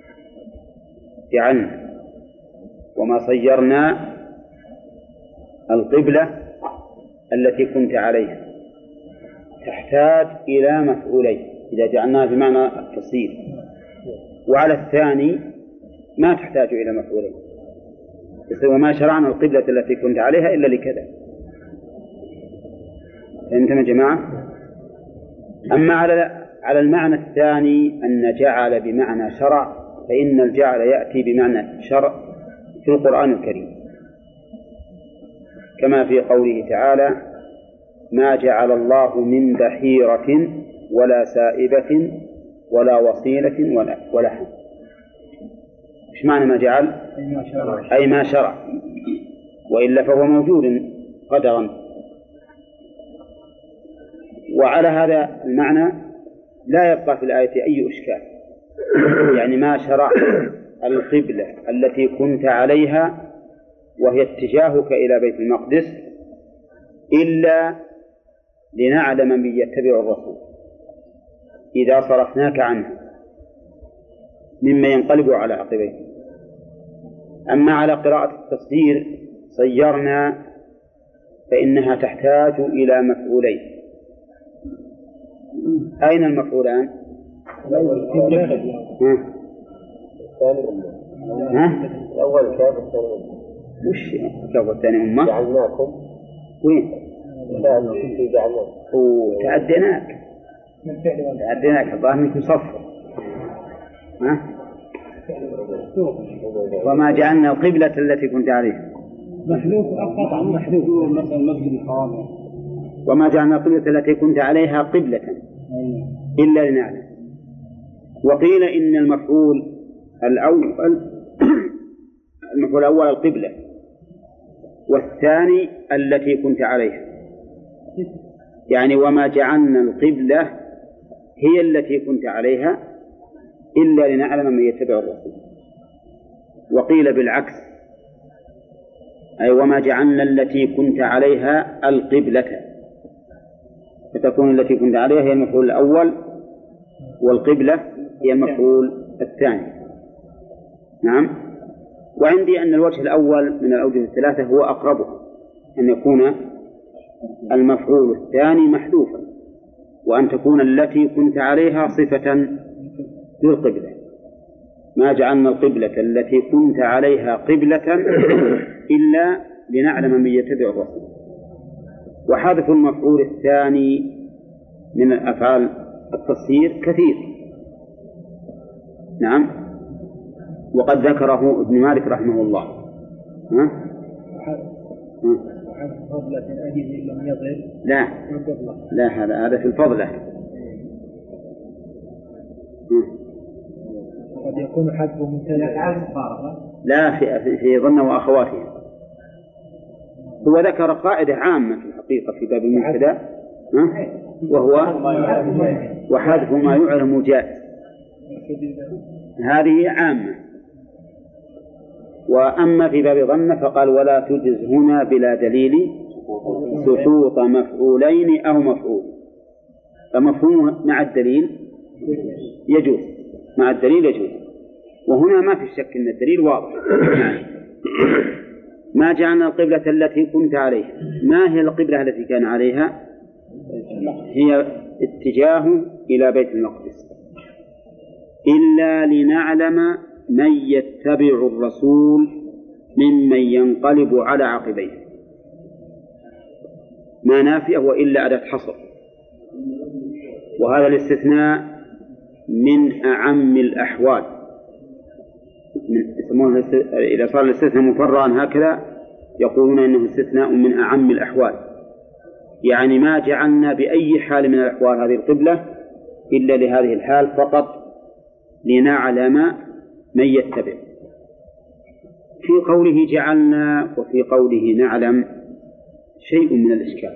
جعلنا وما صيرنا القبلة التي كنت عليها تحتاج إلى مفعولين إذا جعلناها بمعنى التصير. وعلى الثاني ما تحتاج إلى مفعولين، وما شرعنا القبلة التي كنت عليها إلا لكذا. فهمتم يا جماعة؟ أما على على المعنى الثاني أن جعل بمعنى شرع، فإن الجعل يأتي بمعنى شرع في القرآن الكريم، كما في قوله تعالى ما جعل الله من بحيرة ولا سائبة ولا وصيلة ولا ولا حم. إيش معنى ما جعل؟ أي ما شرع، وإلا فهو موجود قدرا. وعلى هذا المعنى لا يبقى في الآية أي إشكال، يعني ما شرع القبلة التي كنت عليها وهي اتجاهك إلى بيت المقدس إلا لنعلم من يتبع الرسول إذا صرفناك عنه مما ينقلب على عقبيه. أما على قراءة التصدير صيرنا فإنها تحتاج إلى مفعولين. أين المفعولان؟ ها؟ الأول كاف الثاني وش كاف الثاني أمة؟ جعلناكم وين؟ جعلناكم وتعديناك تعديناك الظاهر منكم صفر. ها؟ وما جعلنا القبلة التي كنت عليها محذوف أقطع عن محذوف مثل المسجد الحرام. وما جعلنا القبلة التي كنت عليها قبلة إلا لنعلم. وقيل إن المفعول الأول المفعول الأول القبلة، والثاني التي كنت عليها، يعني وما جعلنا القبلة هي التي كنت عليها إلا لنعلم من يتبع الرسول. وقيل بالعكس، أي وما جعلنا التي كنت عليها القبلة، فتكون التي كنت عليها هي المفعول الأول، والقبلة هي المفعول الثاني. نعم. وعندي أن الوجه الأول من الأوجه الثلاثة هو أقربها، أن يكون المفعول الثاني محذوفا، وأن تكون التي كنت عليها صفة للقبلة. ما جعلنا القبلة التي كنت عليها قبلة إلا لنعلم من يتبع الرسول. وحذف المفعول الثاني من الأفعال التصير كثير. نعم. وقد ذكره ابن مالك رحمه الله. ها؟ لا لا هذا هذا في الفضلة. قد يكون حذفه مبتدأ. لا في في ظن وأخواتها. هو ذكر قاعدة عامة في الحقيقة في باب المبتدأ، وهو وحذف ما يعلم جائز، هذه عامة. وأما في باب ظن فقال ولا تجز هنا بلا دليل سقوط مفعولين أو مفعول، فمفهوم مع الدليل يجوز، مع الدليل يجوز. وهنا ما في شك أن الدليل واضح. ما جعلنا القبلة التي كنت عليها. ما هي القبلة التي كان عليها؟ هي اتجاه إلى بيت المقدس، إلا لنعلم من يتبع الرسول ممن ينقلب على عقبيه. ما نافية وإلا أداة حصر، وهذا الاستثناء من أعم الأحوال. يسمونه إذا صار الاستثناء مفرعا هكذا يقولون إنه استثناء من أعم الأحوال، يعني ما جعلنا بأي حال من الأحوال هذه القبلة إلا لهذه الحال فقط، لنعلم من يتبع. في قوله جعلنا وفي قوله نعلم شيء من الإشكال،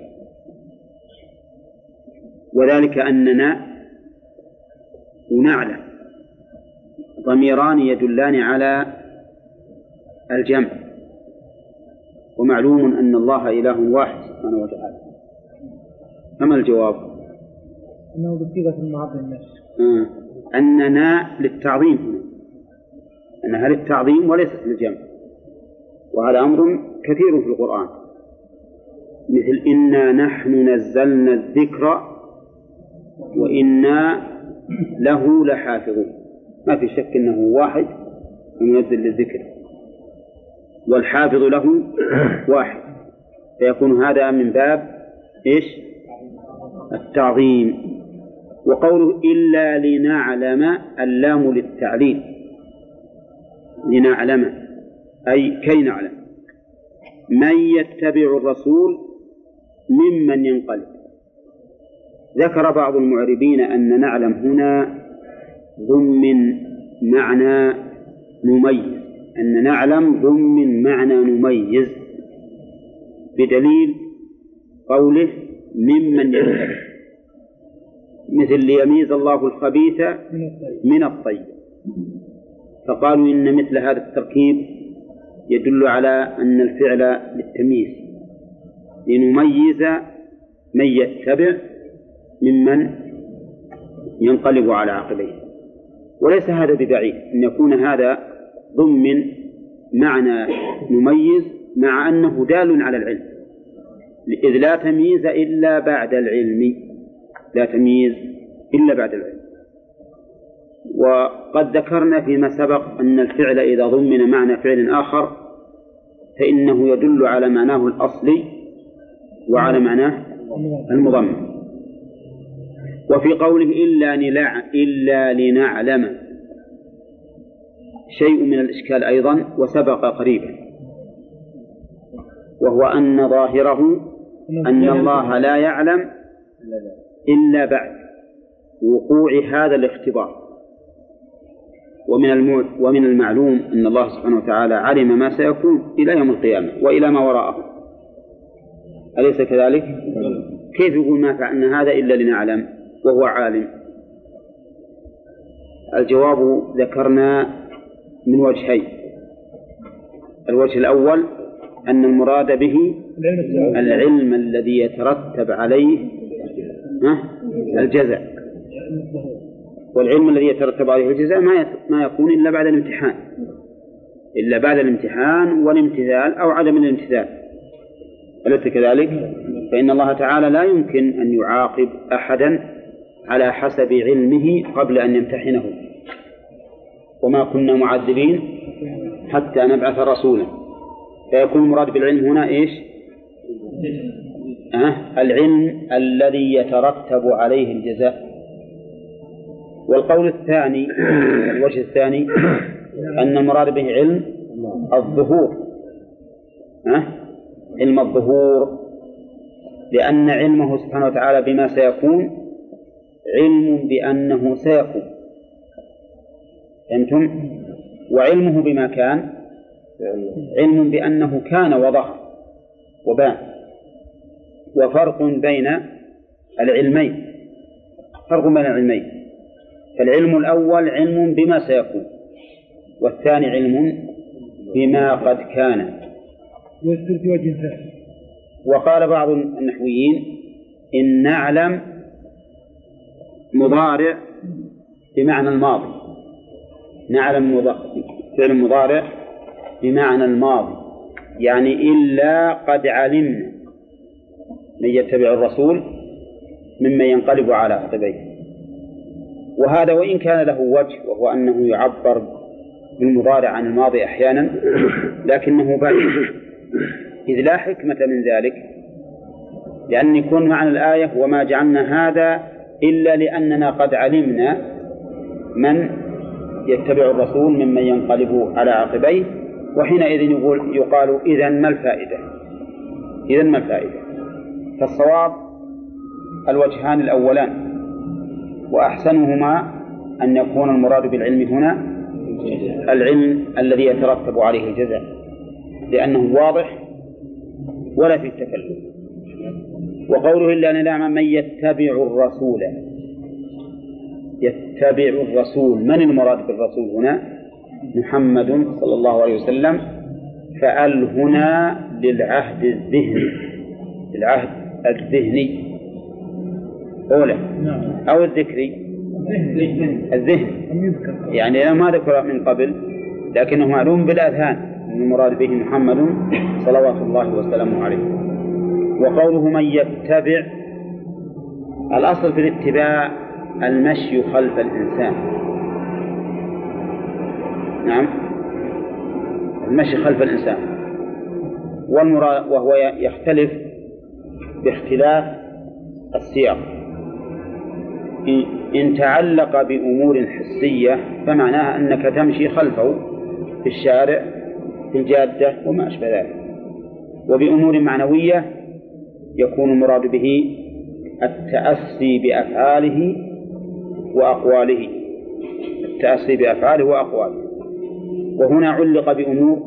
وذلك أننا ونعلم ضميران يدلان على الجمع، ومعلوم أن الله إله واحد سبحانه وتعالى. فما الجواب؟ أنه بصيغة المعظم النفس، آه. أننا للتعظيم هنا، أنها للتعظيم وليست للجمع، وهذا أمر كثير في القرآن، مثل إنا نحن نزلنا الذكر وإنا له لحافظون. ما في شك أنه واحد منزل للذكر والحافظ له واحد، فيكون هذا من باب إيش؟ التعظيم. وقوله إلا لنعلم اللام للتعليل، لنعلم أي كي نعلم من يتبع الرسول ممن ينقلب. ذكر بعض المعربين أن نعلم هنا ضمن معنى نميز، أن نعلم ضمن معنى نميز بدليل قوله ممن يتبع، مثل ليميز الله الخبيث من الطيب، فقالوا إن مثل هذا التركيب يدل على أن الفعل للتمييز، لنميز من يتبع ممن ينقلب على عقبيه. وليس هذا ببعيد أن يكون هذا ضمن معنى نميز، مع أنه دال على العلم، إذ لا تمييز إلا بعد العلم، لا تمييز إلا بعد العلم. وقد ذكرنا فيما سبق أن الفعل إذا ضمن معنى فعل آخر فإنه يدل على معناه الأصلي وعلى معناه المضمن. وفي قوله إلا, إلا لنعلم شيء من الإشكال أيضا وسبق قريبا، وهو أن ظاهره أن الله لا يعلم إلا بعد وقوع هذا الاختبار، ومن ومن المعلوم أن الله سبحانه وتعالى علم ما سيكون إلى يوم القيامة وإلى ما وراءه، أليس كذلك؟ كيف يقول ما فعلنا هذا إلا لنعلم وهو عالم؟ الجواب ذكرنا من وجهين. الوجه الأول أن المراد به العلم الذي يترتب عليه الجزاء، والعلم الذي يترتب عليه الجزاء ما يكون إلا بعد الامتحان، إلا بعد الامتحان والامتثال أو عدم الامتثال، أليس كذلك؟ فإن الله تعالى لا يمكن أن يعاقب أحدا على حسب علمه قبل أن يمتحنه، وما كنا معذبين حتى نبعث رسولا. فيكون المراد بالعلم هنا إيش؟ أه؟ العلم الذي يترتب عليه الجزاء. والقول الثاني، الوجه الثاني، أن المراد به علم الظهور، أه؟ علم الظهور، لأن علمه سبحانه وتعالى بما سيكون علم بأنه سيكون، فهمتم؟ وعلمه بما كان علم بأنه كان وظهر وبان. وفرق بين العلمين، فرق بين العلمين، فالعلم الأول علم بما سيكون، والثاني علم بما قد كان. وقال بعض النحويين إن نعلم مضارع بمعنى الماضي، نعلم فعل مضارع بمعنى الماضي، يعني إلا قد علمنا من يتبع الرسول ممن ينقلب على عقبيه. وهذا وإن كان له وجه، وهو أنه يعبر بالمضارع عن الماضي أحيانا، لكنه بعيد، إذ لا حكمة من ذلك، لأن يكون معنى الآية وما جعلنا هذا إلا لأننا قد علمنا من يتبع الرسول ممن ينقلب على عقبيه، وحينئذ يقول يقال إذن ما الفائدة؟ إذن ما الفائدة؟ فالصواب الوجهان الأولان، وأحسنهما أن يكون المراد بالعلم هنا العلم الذي يترتب عليه الجزاء، لأنه واضح ولا في التكلف. وقوله إلا أن نعلم من يتبع الرسول، يتبع الرسول، من المراد بالرسول هنا؟ محمد صلى الله عليه وسلم. فأل هنا للعهد الذهني، للعهد الذهني أولى أو الذكري؟ الذهني، يعني ما ذكر من قبل لكنه معلوم بالأذهان أن المراد به محمد صلوات الله وسلامه عليه. وقوله من يتبع، الأصل في الاتباع المشي خلف الإنسان، نعم، المشي خلف الإنسان، والمراد وهو يختلف باختلاف السياق. إن تعلق بأمور حسية فمعناها أنك تمشي خلفه في الشارع في الجادة وما أشبه ذلك. وبأمور معنوية يكون المراد به التأسي بأفعاله وأقواله، التأسي بأفعاله وأقواله. وهنا علق بأمور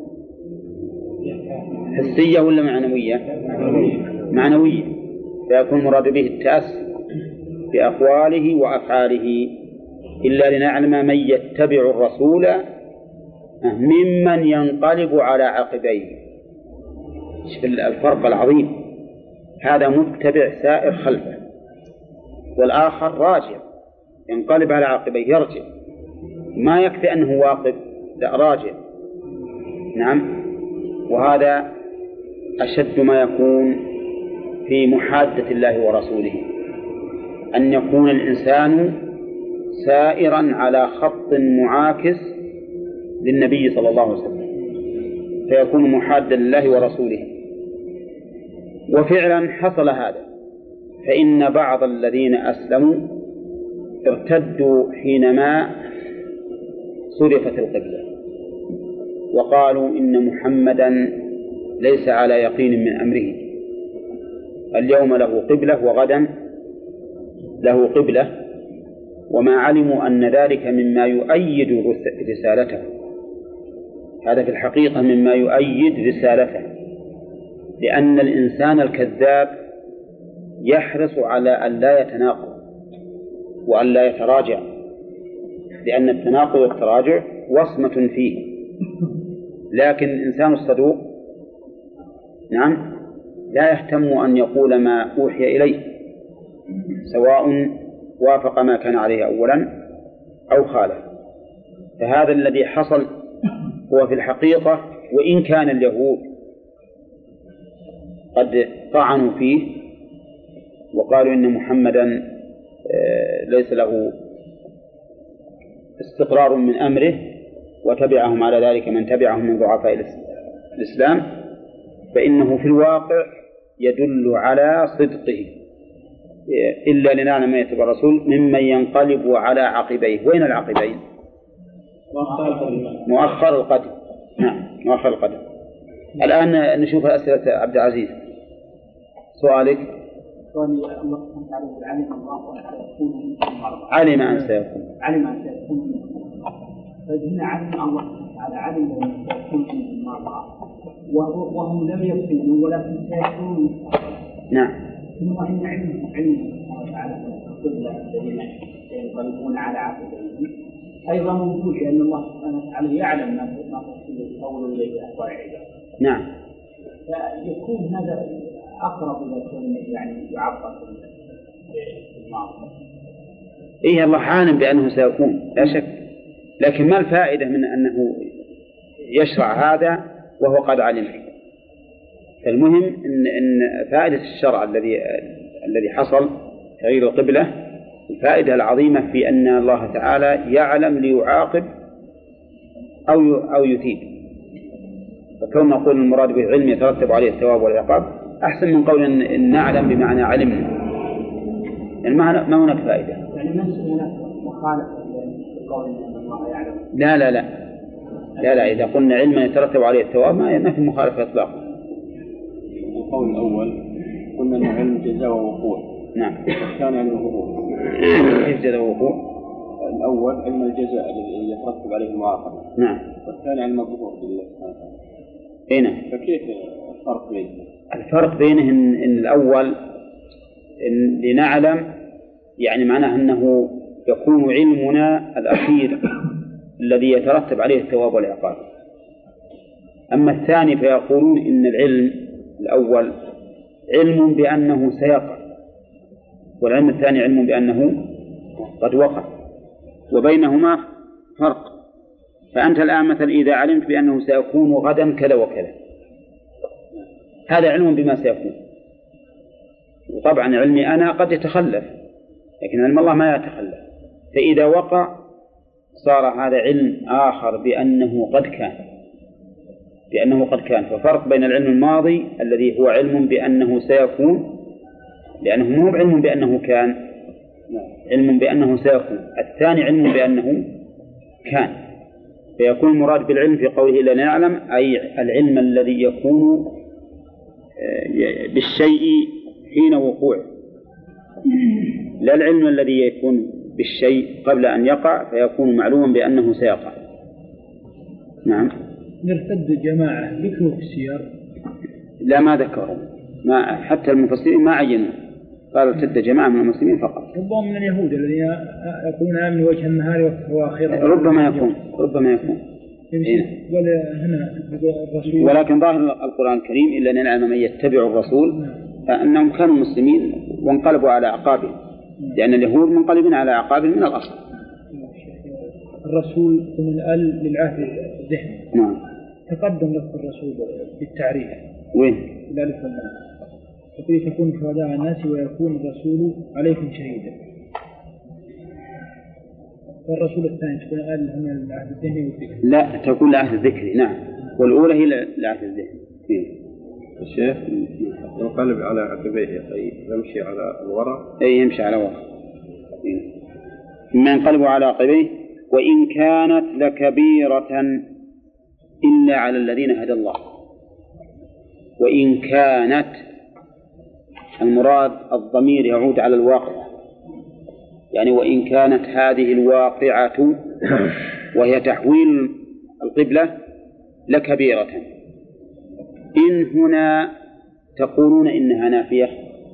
حسية ولا معنوية؟ معنوية، فيكون المراد به التأسي بأقواله وأفعاله. إلا لنعلم من يتبع الرسول ممن ينقلب على عقبيه. شوف الفرق العظيم، هذا متبع سائر خلفه، والآخر راجع ينقلب على عقبيه، يرجع، ما يكفي أنه واقف، لا راجع. نعم. وهذا أشد ما يكون في محادة الله ورسوله، أن يكون الإنسان سائرا على خط معاكس للنبي صلى الله عليه وسلم، فيكون محادا لله ورسوله. وفعلا حصل هذا، فإن بعض الذين أسلموا ارتدوا حينما صرفت القبلة، وقالوا إن محمدا ليس على يقين من أمره، اليوم له قبلة وغدا له قبلة، وما علموا أن ذلك مما يؤيد رسالته. هذا في الحقيقة مما يؤيد رسالته، لأن الإنسان الكذاب يحرص على أن لا يتناقض وأن لا يتراجع، لأن التناقض والتراجع وصمة فيه. لكن الإنسان الصدوق نعم لا يهتم أن يقول ما أوحي إليه، سواء وافق ما كان عليه أولا أو خالف. فهذا الذي حصل هو في الحقيقة، وإن كان اليهود قد طعنوا فيه وقالوا إن محمدا ليس له استقرار من أمره، وتبعهم على ذلك من تبعهم من ضعفاء الإسلام، فإنه في الواقع يدل على صدقه. إلا لنعلم من يتبع الرسول ممن ينقلب على عقبيه. وين العقبين؟ مؤخر القدم. نعم مؤخر القدم. الآن نشوف أسئلة عبد العزيز. سؤالك؟ علم أن سيكون. علم أن سيكون. فهنا علم الله على علم أن سيكون في المرضى، وهم لم يكونوا ولكن سيكونون. نعم. ثم إن علم علم على القبلة الذين ينقلبون على عقبيهم أيضا موجود، لأن الله سبحانه وتعالى يعلم ما تفصيل القول إليه أخبار عباده. نعم. فيكون هذا أقرب إلى كونه يعني يعبر بالماضي. إيه الله عالم بأنه سيكون لا شك، لكن ما الفائدة من أنه يشرع هذا وهو قد علم؟ فالمهم إن إن فائدة الشرع الذي الذي حصل تغيير القبلة، الفائدة العظيمة في أن الله تعالى يعلم ليعاقب أو أو يثيب. فكون نقول المراد بالعلم يترتب عليه الثواب والعقاب أحسن من قول إن نعلم بمعنى علمنا، يعني ما هناك فائدة. يعني ما هناك مخالفة لقول إن الله يعلم. لا لا لا لا لا إذا قلنا علما يترتب عليه الثواب ما في مخالفة إطلاقا. القول الأول قلنا أنه علم جزاء ووقوع. نعم. الثاني علم الوقوع. كيف جزاء ووقوع؟ الأول علم الجزاء الذي يترتب عليه المعاقبة. نعم. والثاني علم الظهور بالله سبحانه وتعالى. هنا. فكيف الفرق بينهم؟ الفرق بينه إن, إن الأول إن لنعلم يعني معناه أنه يكون علمنا الأخير الذي يترتب عليه الثواب والعقاب. أما الثاني فيقولون إن العلم الأول علم بأنه سيقع، والعلم الثاني علم بأنه قد وقع، وبينهما فرق. فأنت الآن مثلا إذا علمت بأنه سيكون غدا كذا وكذا، هذا علم بما سيكون، وطبعا علمي أنا قد يتخلف، لكن علم الله ما يتخلف. فإذا وقع صار هذا علم آخر بأنه قد كان بأنه قد كان ففرق بين العلم الماضي الذي هو علم بأنه سيكون، لأنه مو علم بأنه كان، علم بأنه سيكون. الثاني علم بأنه كان، فيكون المراد بالعلم في قوله إلا نعلم أي العلم الذي يكون بالشيء حين وقوعه، لا العلم الذي يكون بالشيء قبل أن يقع فيكون معلوما بأنه سيقع. نعم. نرتد جماعة ذكروا في السير؟ لا ما ذكروا، ما حتى المفسرين ما عينوا، قال ارتد جماعة من المسلمين فقط. ربما من اليهود الذين يقولون آمن وجه النهار وآخره. ربما يكون ربما يكون ولا هنا الرسول. ولكن ظاهر القرآن الكريم إلا أن نعلم من يتبع الرسول أنهم كانوا مسلمين وانقلبوا على أعقابهم، لأن اليهود منقلبين على أعقابهم من الأصل. الرسول من ال للعهد الذهني. نعم. تقدم لفظ الرسول بالتعريف. وين؟ الألف واللام. فكيف تكون شهداء على الناس ويكون الرسول عليكم شهيدا. فالرسول الثاني تكون ال هنا العهد الذهني والذكري. لا تكون العهد الذكري. نعم. والأولى هي العهد الذهني. الشيخ ينقلب على عقبيه أي يمشي على الوراء. أي يمشي على وراء. ثم ينقلب على عقبيه وإن كانت لكبيرة إلا على الذين هدى الله. وإن كانت المراد الضمير يعود على الواقع، يعني وإن كانت هذه الواقعة وهي تحويل القبلة لكبيرة. إن هنا تقولون إنها نافية،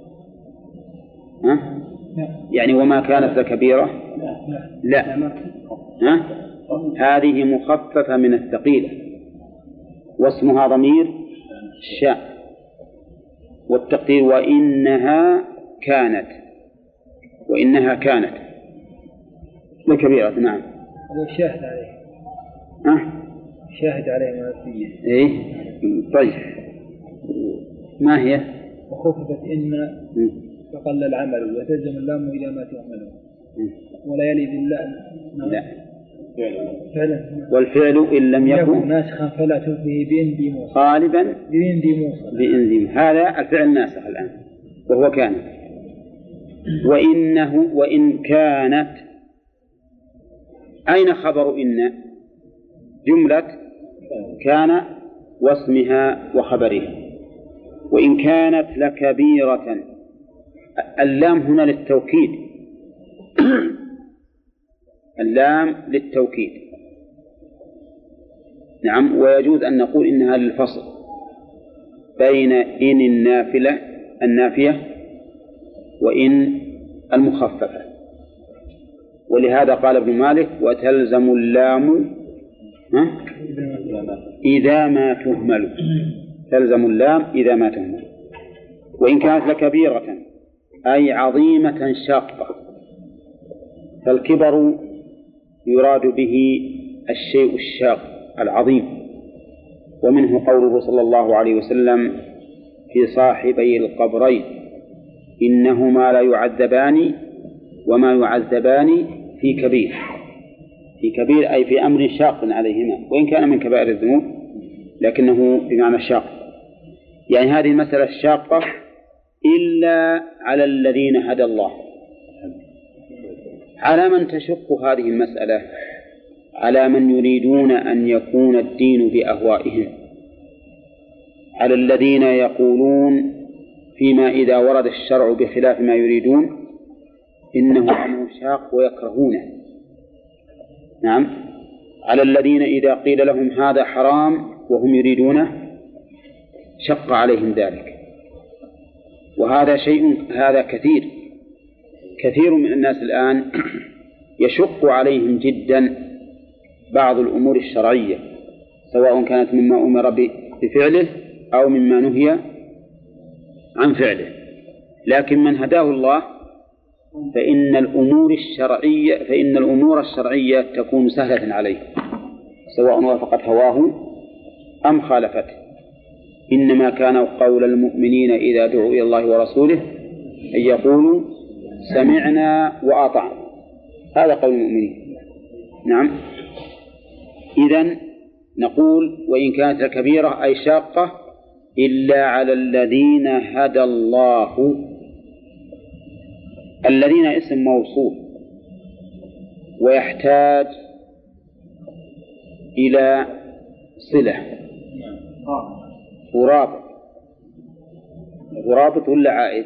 ها؟ يعني وما كانت لكبيرة، لا، ها؟ هذه مخففة من الثقيلة واسمها ضمير الشاء، والتقدير وإنها كانت، وإنها كانت لكبيرة. نعم. هذا شاهد عليه. ها؟ شاهد عليه من الفية. إيه. طيب ما هي؟ وخففت إن فقل العمل وتلزم اللام إلى ما تعمله ولا يلد اللام. لا. فعلا. والفعل إن لم يكن ناسخا فلا تلفه بإن ذي موصل غالبا بإن ذي موصل بإن ذي. هذا الفعل ناسخ الآن وهو كان. وإنه وإن كانت، أين خبر إن؟ جملة كان واسمها وخبرها. وإن كانت لكبيرة، اللام هنا للتوكيد اللام للتوكيد. نعم. ويجوز أن نقول إنها للفصل بين إن النافلة النافية وإن المخففة. ولهذا قال ابن مالك وتلزم اللام إذا ما تهمل، تلزم اللام إذا ما تهمل. وإن كانت لكبيرة أي عظيمة شاقة، فالكبر يراد به الشيء الشاق العظيم، ومنه قوله صلى الله عليه وسلم في صاحبي القبرين إنهما لا يعذبان وما يعذبان في كبير. في كبير أي في أمر شاق عليهما، وإن كان من كبائر الذنوب لكنه بمعنى شاق. يعني هذه المسألة الشاقة إلا على الذين هدى الله. على من تشق هذه المسألة؟ على من يريدون أن يكون الدين بأهوائهم، على الذين يقولون فيما إذا ورد الشرع بخلاف ما يريدون إنه أمر شاق ويكرهونه. نعم. على الذين إذا قيل لهم هذا حرام وهم يريدونه شق عليهم ذلك. وهذا شيء هذا كثير كثير من الناس الآن يشق عليهم جدا بعض الأمور الشرعية، سواء كانت مما أمر بفعله أو مما نهي عن فعله. لكن من هداه الله فإن الأمور الشرعية فإن الأمور الشرعية تكون سهلة عليه، سواء وافقت هواه أم خالفته. إنما كان قول المؤمنين إذا دعوا إلى الله ورسوله أن يقولوا سمعنا وأطعنا، هذا قول المؤمنين. نعم. إذن نقول وإن كانت كبيرة أي شاقة إلا على الذين هدى الله. الذين اسم موصول ويحتاج إلى صلة ورابط. ورابط ولا عائد؟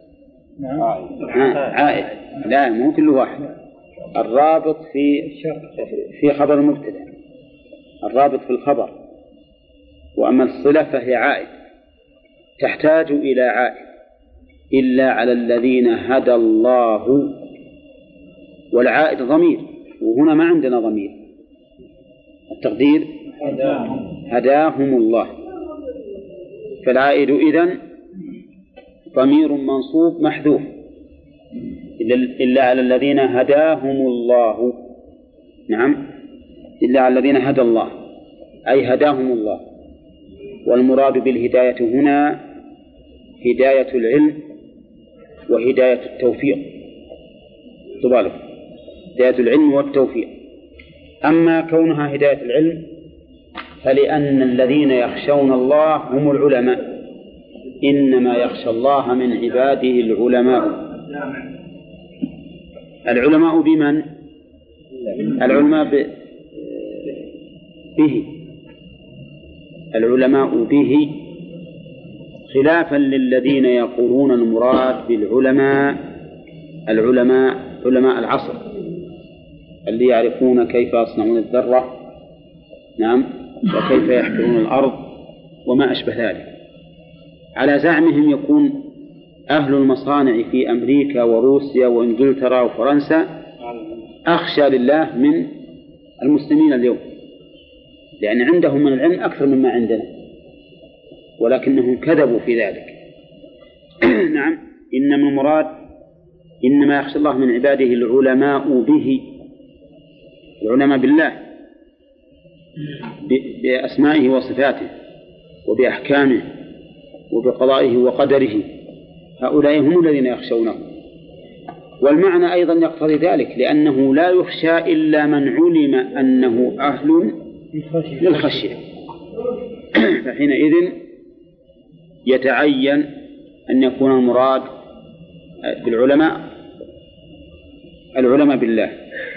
عائد. لا، مو كل واحد. الرابط في في خبر المبتدأ، الرابط في الخبر، وأما الصلة فهي عائد، تحتاج إلى عائد. إلا على الذين هدى الله، والعائد ضمير، وهنا ما عندنا ضمير، التقدير هداهم الله. فالعائد إذن ضمير منصوب محذوف إلا على الذين هداهم الله. نعم. إلا على الذين هدى الله أي هداهم الله. والمراد بالهداية هنا هداية العلم وهداية التوفيق. تبالغ هداية العلم والتوفيق. أما كونها هداية العلم فلأن الذين يخشون الله هم العلماء، إنما يخشى الله من عباده العلماء. العلماء بمن؟ العلماء ب... به العلماء به، خلافا للذين يقولون المراد بالعلماء العلماء علماء العصر اللي يعرفون كيف يصنعون الذرة، نعم، وكيف يحفرون الأرض وما أشبه ذلك. على زعمهم يكون أهل المصانع في أمريكا وروسيا وإنجلترا وفرنسا أخشى لله من المسلمين اليوم، لأن عندهم من العلم أكثر مما عندنا، ولكنهم كذبوا في ذلك. نعم، إنما المراد إنما يخشى الله من عباده العلماء به، العلماء بالله بأسمائه وصفاته وبأحكامه وبقضائه وقدره، هؤلاء هم الذين يخشونه. والمعنى أيضا يقتضي ذلك، لأنه لا يخشى إلا من علم أنه أهل للخشية، فحينئذ يتعين أن يكون المراد بالعلماء العلماء بالله.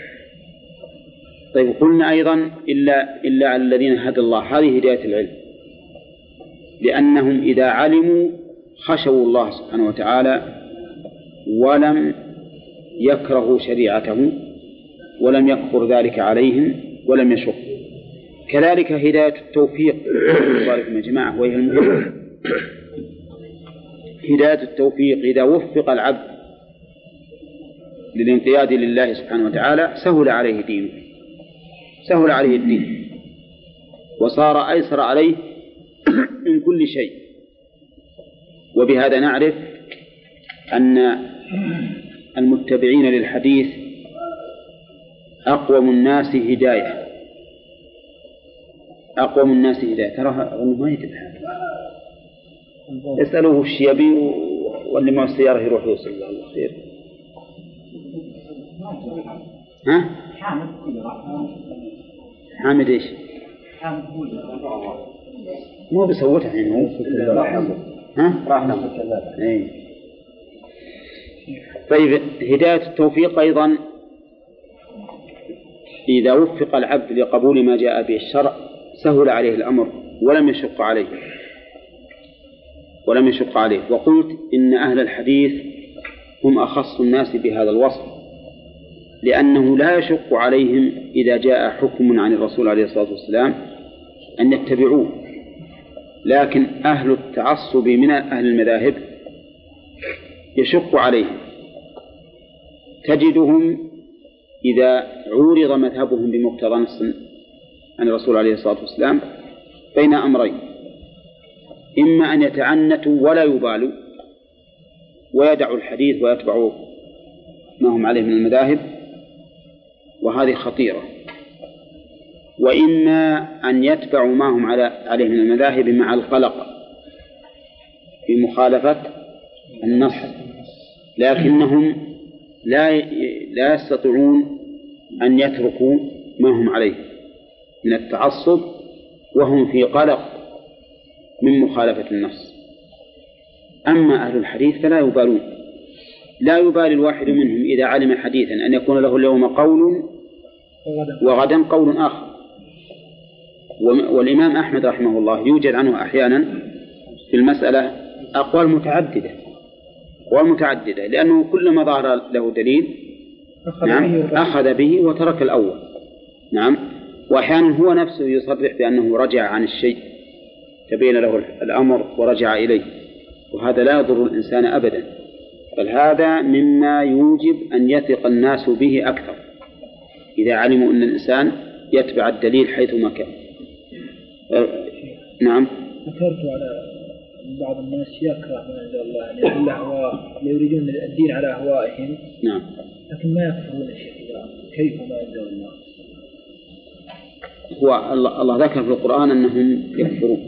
طيب، قلنا أيضا إلا, إلا على الذين هدى الله، هذه هداية العلم، لأنهم إذا علموا خشوا الله سبحانه وتعالى ولم يكرهوا شريعته ولم يكفر ذلك عليهم ولم يشق. كذلك هداية التوفيق يا جماعة، وهي المهمة. هداية التوفيق إذا وفق العبد للانقياد لله سبحانه وتعالى سهل عليه دينه، سهل عليه الدين وصار أيسر عليه من كل شيء. وبهذا نعرف أن المتبعين للحديث أقوم الناس هداية، أقوم الناس هداية. ترى ما يتبع يسألوه الشيبي واللي مع السيارة يروح يوصل الله خير. ها؟ حامد إيش؟ مو بيصوتها يعني هو. ها؟ راح ناخذ كذا. إيه. طيب، هداية التوفيق أيضا إذا وفق العبد لقبول ما جاء به الشرع سهل عليه الأمر ولم يشق عليه ولم يشق عليه. وقلت إن أهل الحديث هم أخص الناس بهذا الوصف، لأنه لا يشق عليهم إذا جاء حكم عن الرسول عليه الصلاة والسلام أن يتبعوه. لكن أهل التعصب من أهل المذاهب يشق عليهم، تجدهم إذا عورض مذهبهم بمقتضى نص عن الرسول عليه الصلاة والسلام بين أمرين: إما أن يتعنتوا ولا يبالوا ويدعوا الحديث ويتبعوا ما هم عليه من المذاهب، وهذه خطيرة، وإما أن يتبعوا ما هم عليه من المذاهب مع القلق في مخالفة النص، لكنهم لا لا يستطيعون أن يتركوا ما هم عليه من التعصب وهم في قلق من مخالفة النص. أما أهل الحديث فلا يبالون، لا يبالي الواحد منهم إذا علم حديثا أن يكون له اليوم قول وغدا قول آخر. والإمام أحمد رحمه الله يوجد عنه أحيانا في المسألة أقوال متعددة ومتعددة، لأنه كلما ظهر له دليل نعم أخذ به وترك الأول. نعم، وأحيانا هو نفسه يصرح بأنه رجع عن الشيء تبين له الأمر ورجع إليه، وهذا لا يضر الإنسان أبدا، بل هذا مما يوجب أن يثق الناس به أكثر إذا علموا أن الإنسان يتبع الدليل حيثما كان. نعم. ذكرت على بعض الناس يكره ما أنزل الله يعني الأهواء، يريدون الدين على أهوائهم. نعم. لكن ما يكفرون الشيء. كيف ما أنزل الله؟ هو الله ذكر في القرآن أنهم يكفرون.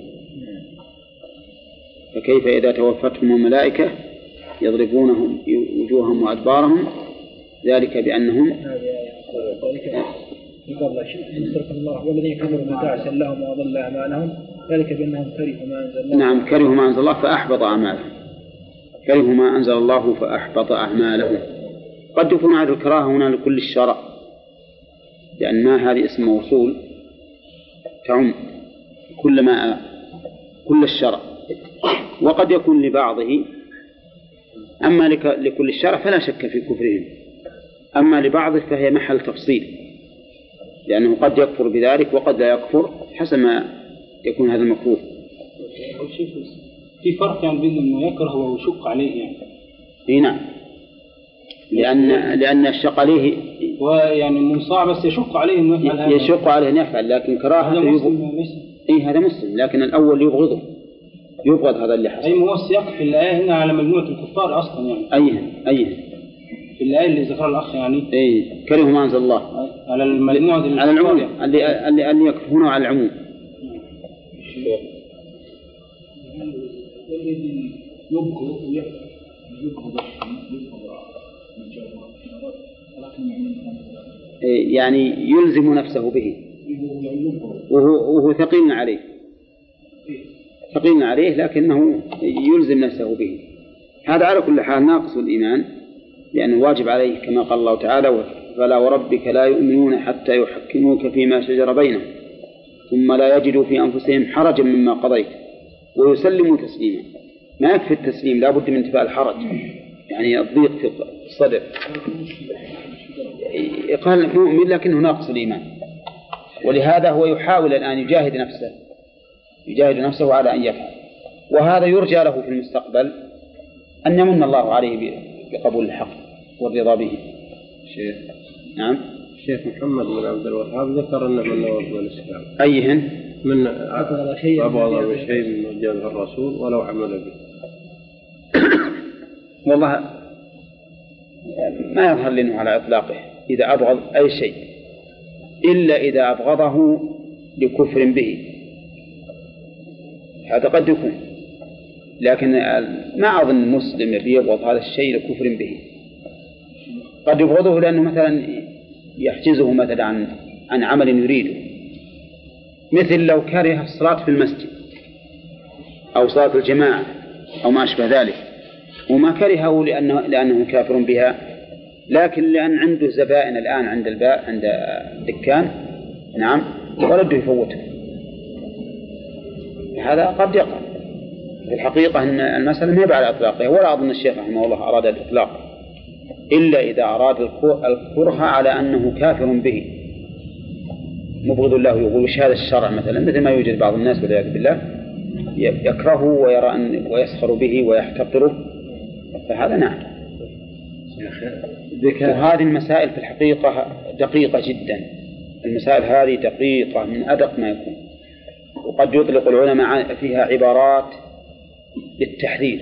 فكيف إذا توفتهم الملائكة يضربونهم وجوههم وأدبارهم ذلك بأنهم يترك الله والذين كفروا متاعسا لهم وأضل أعمالهم ذلك بأنهم كرهوا ما أنزل الله. نعم، كرهوا ما أنزل الله فأحبط أعمالهم. كرهوا ما أنزل الله فأحبط أعمالهم. قد يكون هذه الكراهة هنا لكل الشرع، لأن ما هذه اسم موصول تعم كل ما كل الشرع، وقد يكون لبعضه. أما لكل الشرع فلا شك في كفرهم، أما لبعضه فهي محل تفصيل، لأنه قد يكفر بذلك وقد لا يكفر حسب ما يكون هذا المكروه. في فرق يعني بين أنه يكره ويشق عليه يعني. إيه نعم، لأن لأن الشق عليه ويعني منصاع بس يشق عليه أنه يفعل هذا. يشق عليه أن يفعل، لكن كراهة يبغض. إيه هذا مسلم، لكن الأول يبغضه، يبغض هذا اللي حصل. أي هو السياق في الآية هنا على مجموعة الكفار أصلا يعني. أيه أيه في الآية اللي ذكرها الأخ يعني. إيه كرهوا ما أنزل الله. على المجموعة على العموم، اللي اللي اللي يكفرون على العموم. الذي يبغض ويكفر يبغض يعني يلزم نفسه به وهو, وهو ثقيل عليه ثقيل عليه لكنه يلزم نفسه به. هذا على كل حال ناقص الإيمان، لأنه واجب عليه كما قال الله تعالى: فلا وربك لا يؤمنون حتى يحكموك فيما شجر بينهم ثم لا يجدوا في أنفسهم حرجا مما قضيت ويسلموا تسليما. ما يكفي التسليم، لا بد من انتفاء الحرج، يعني الضيق في الصدر. قال مؤمن لكنه ناقص الإيمان، ولهذا هو يحاول الآن يجاهد نفسه يجاهد نفسه على أن يفعل، وهذا يرجى له في المستقبل أن يمن الله عليه بقبول الحق والرضا به. شيخ نعم. الشيخ محمد بن عبد الوهاب ذكر أنه من نواقض الإسلام. أيهن؟ من أبغض شيء من جانب الرسول ولو عمل به. والله ما يظهر لنا على إطلاقه إذا أبغض أي شيء إلا إذا أبغضه لكفر به، هذا قد يكون، لكن ما أظن مسلم يبغض هذا الشيء لكفر به. قد يبغضه لأنه مثلا يحجزه مثلا عن عن عمل يريده، مثل لو كره الصلاة في المسجد أو صلاة الجماعة أو ما أشبه ذلك، وما كرهه لأنه لأنه كافر بها، لكن لأن عنده زبائن الآن عند الباء عند الدكان نعم ورده يفوته، هذا قد يقع. في الحقيقة أن المسألة ما هي على إطلاقها، ولا أظن الشيخ رحمه الله أراد الإطلاق إلا إذا أراد الكره على أنه كافر به مبغض الله، يقول وش هذا الشرع مثلا، مثل ما يوجد بعض الناس والعياذ بالله يكرهه ويرى أن ويسخر به ويحتقره، فهذا نعم. وهذه المسائل في الحقيقة دقيقة جدا، المسائل هذه دقيقة من أدق ما يكون، وقد يطلق العلماء فيها عبارات للتحذير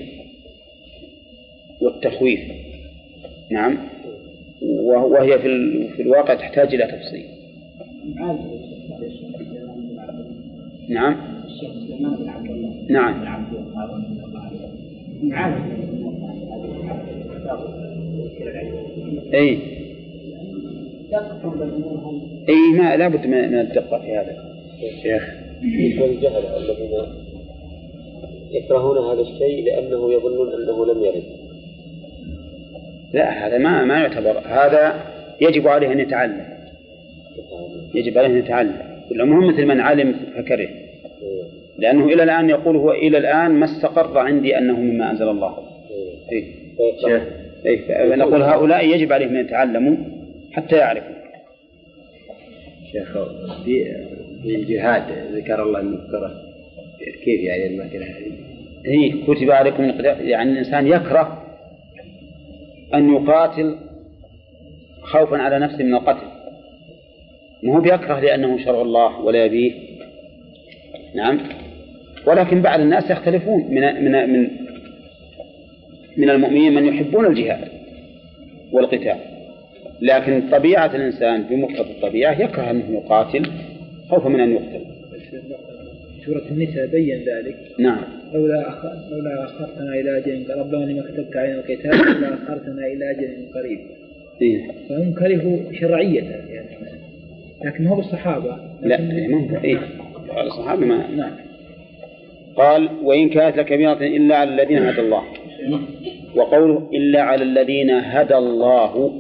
والتخويف نعم، وهي في الواقع تحتاج إلى تفصيل. نعم نعم أي أي ما لا بد من الدقة في هذا شيخ. والجهل الذين يكرهون هذا الشيء لأنه يظنون أنه لم يرد، لا هذا ما ما يعتبر، هذا يجب عليه أن يتعلم، يجب عليه أن يتعلم. والعموم مثل من علم فكره، لأنه إلى الآن يقول هو إلى الآن ما استقر عندي أنه مما أنزل الله. إيه. إيه. نقول هؤلاء يجب عليهم أن يتعلموا حتى يعرفوا. شيخ في في الجهاد ذكر الله أنه كره، كيف يعني المكنة هذه؟ إيه كتب عليكم القتال، يعني الإنسان يكره أن يقاتل خوفا على نفسه من القتل، ما هو بيكره لأنه شرع الله ولا يبيه نعم. ولكن بعض الناس يختلفون من من من من المؤمنين من يحبون الجهاد والقتال، لكن طبيعة الإنسان بمقتضى الطبيعة يكره أنه يقاتل خوفا من أن يقتل. سورة النساء بين ذلك. نعم. لولا أخ... لولا أخرتنا إلى أجل ربنا لما كتبت علينا القتال لولا أخرتنا إلى أجل قريب. إيه. فهم كرهوا شرعيته يعني، لكن هو الصحابة. لا ما هو إيه الصحابة ما نعم. قال وإن كانت لكبيرة إلا على الذين هدى الله، وقوله إلا على الذين هدى الله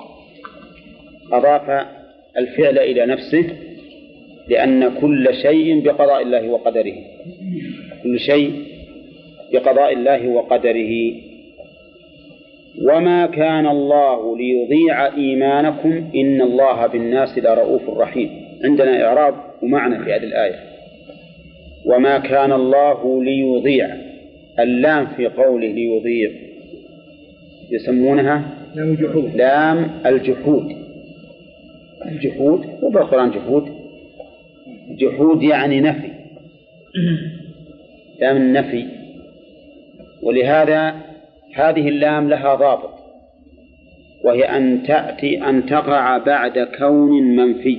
أضاف الفعل إلى نفسه، لأن كل شيء بقضاء الله وقدره، كل شيء بقضاء الله وقدره. وما كان الله ليضيع إيمانكم إن الله بالناس لرؤوف رحيم. عندنا إعراب ومعنى في هذه الآية. وما كان الله ليضيع، اللام في قوله ليضيع يسمونها لام الجحود. لام الجحود. الجحود وبالقرآن جحود، جحود يعني نفي، لام النفي. ولهذا هذه اللام لها ضابط، وهي أن تأتي أن تقع بعد كون منفي.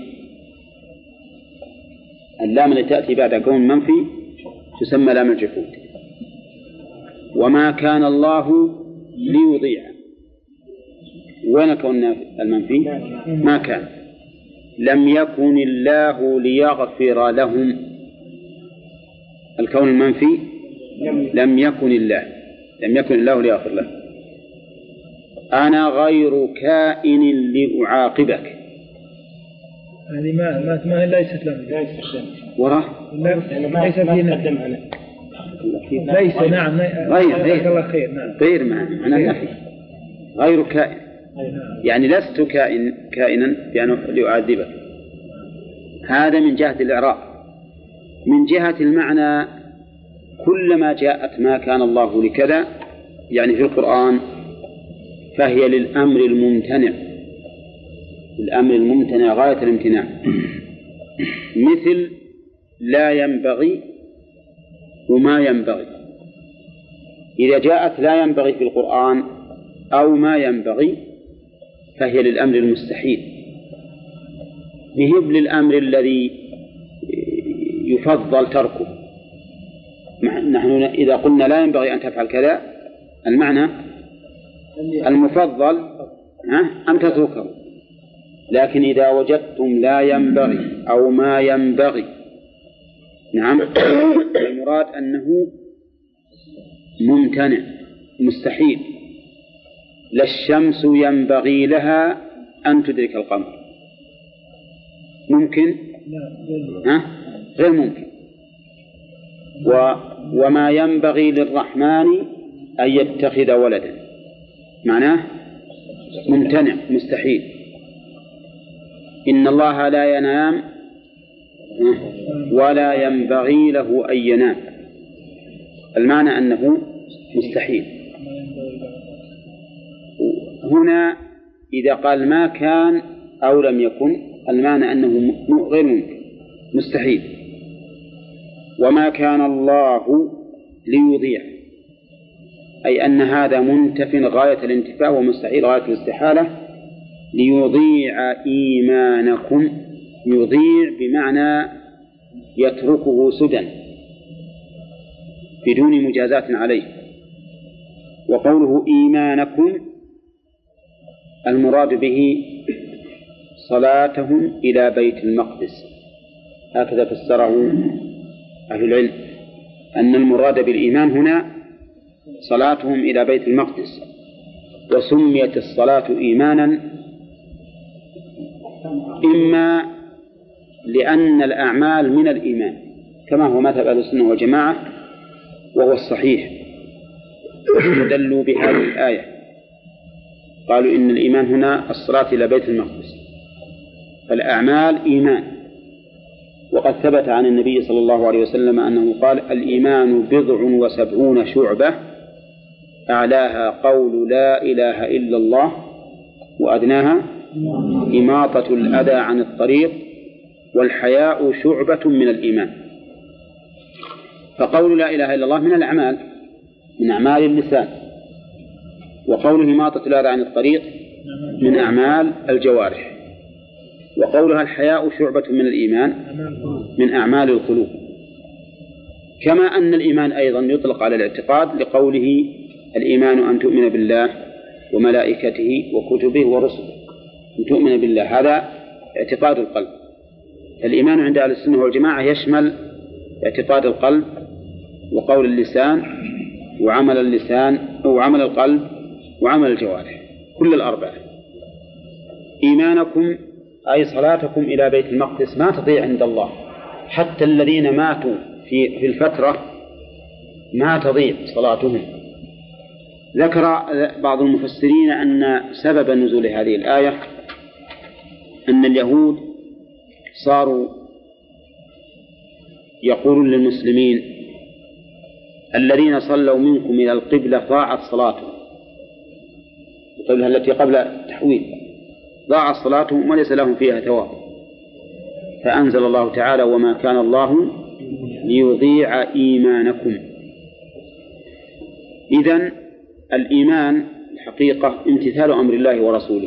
اللام التي تأتي بعد كون منفي تسمى لام الجحود. وما كان الله ليضيع، وين كون المنفي؟ ما كان. لم يكن الله ليغفر لهم، الكون المنفي لم يكن الله لم يكن الله ليغفر لهم. أنا غير كائن لأعاقبك، هذه ما ما ما ليست لم وراه ليس فينا ليس نعم غير غير الله خير نعم غير معنى النفي، غير كائن يعني لست كائن كائنا يعني لأعذبك. هذا من جهة الإعراب. من جهة المعنى كلما جاءت ما كان الله لكذا يعني في القرآن فهي للأمر الممتنع، الأمر الممتنع غاية الامتناع. مثل لا ينبغي وما ينبغي، إذا جاءت لا ينبغي في القرآن أو ما ينبغي فهي للأمر المستحيل، مهب للأمر الذي يفضل تركه. نحن إذا قلنا لا ينبغي أن تفعل كذا المعنى المفضل أن تتركه، لكن إذا وجدتم لا ينبغي أو ما ينبغي نعم المراد أنه ممتنع مستحيل. لا الشمس ينبغي لها أن تدرك القمر، ممكن؟ ها؟ غير ممكن. و وما ينبغي للرحمن أن يتخذ ولدا، معناه ممتنع مستحيل. إن الله لا ينام ولا ينبغي له أن ينام، المعنى أنه مستحيل. هنا إذا قال ما كان أو لم يكن المعنى أنه غير ممكن مستحيل. وما كان الله ليضيع أي أن هذا منتف غاية الانتفاء ومستحيل غاية الاستحالة. ليضيع إيمانكم، يضيع بمعنى يتركه سدى بدون مجازات عليه. وقوله إيمانكم المراد به صلاتهم إلى بيت المقدس، هكذا فسره أهل العلم، أن المراد بالإيمان هنا صلاتهم إلى بيت المقدس. وسميت الصلاة إيمانا إما لأن الأعمال من الإيمان كما هو مذهب أهل السنة والجماعة وهو الصحيح، دلوا بهذه الآية قالوا إن الإيمان هنا الصلاة إلى بيت المقدس، فالأعمال إيمان. وقد ثبت عن النبي صلى الله عليه وسلم أنه قال الإيمان بضع وسبعون شعبة أعلاها قول لا إله إلا الله وأدناها إماطة الأذى عن الطريق والحياء شعبة من الإيمان. فقول لا إله إلا الله من الأعمال من أعمال اللسان، وقوله إماطة الأذى عن الطريق من أعمال الجوارح، وقولها الحياء شعبة من الإيمان من أعمال القلوب. كما أن الإيمان أيضا يطلق على الاعتقاد لقوله الإيمان أن تؤمن بالله وملائكته وكتبه ورسله، أن تؤمن بالله هذا اعتقاد القلب. الإيمان عند أهل السنة والجماعة يشمل اعتقاد القلب وقول اللسان وعمل اللسان أو عمل القلب وعمل الجوارح كل الأربعة. إيمانكم أي صلاتكم إلى بيت المقدس ما تضيع عند الله، حتى الذين ماتوا في في الفترة ما تضيع صلاتهم، ذكر بعض المفسرين أن سبب نزول هذه الآية أن اليهود صاروا يقولون للمسلمين الذين صلوا منكم إلى القبلة ضاعت صلاتهم، القبلة التي قبل التحويل ضاعت صلاتهم وليس لهم فيها ثواب، فأنزل الله تعالى وما كان الله ليضيع إيمانكم. إذن الإيمان الحقيقة امتثال أمر الله ورسوله،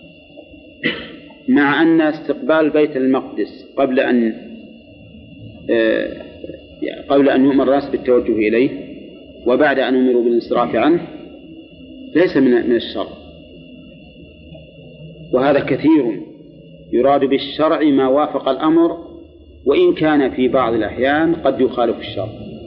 مع أن استقبال بيت المقدس قبل أن قبل أن يؤمر الناس بالتوجه إليه وبعد أن أمروا بالانصراف عنه ليس من الشرع، وهذا كثير. يراد بالشرع ما وافق الأمر وإن كان في بعض الأحيان قد يخالف الشرع،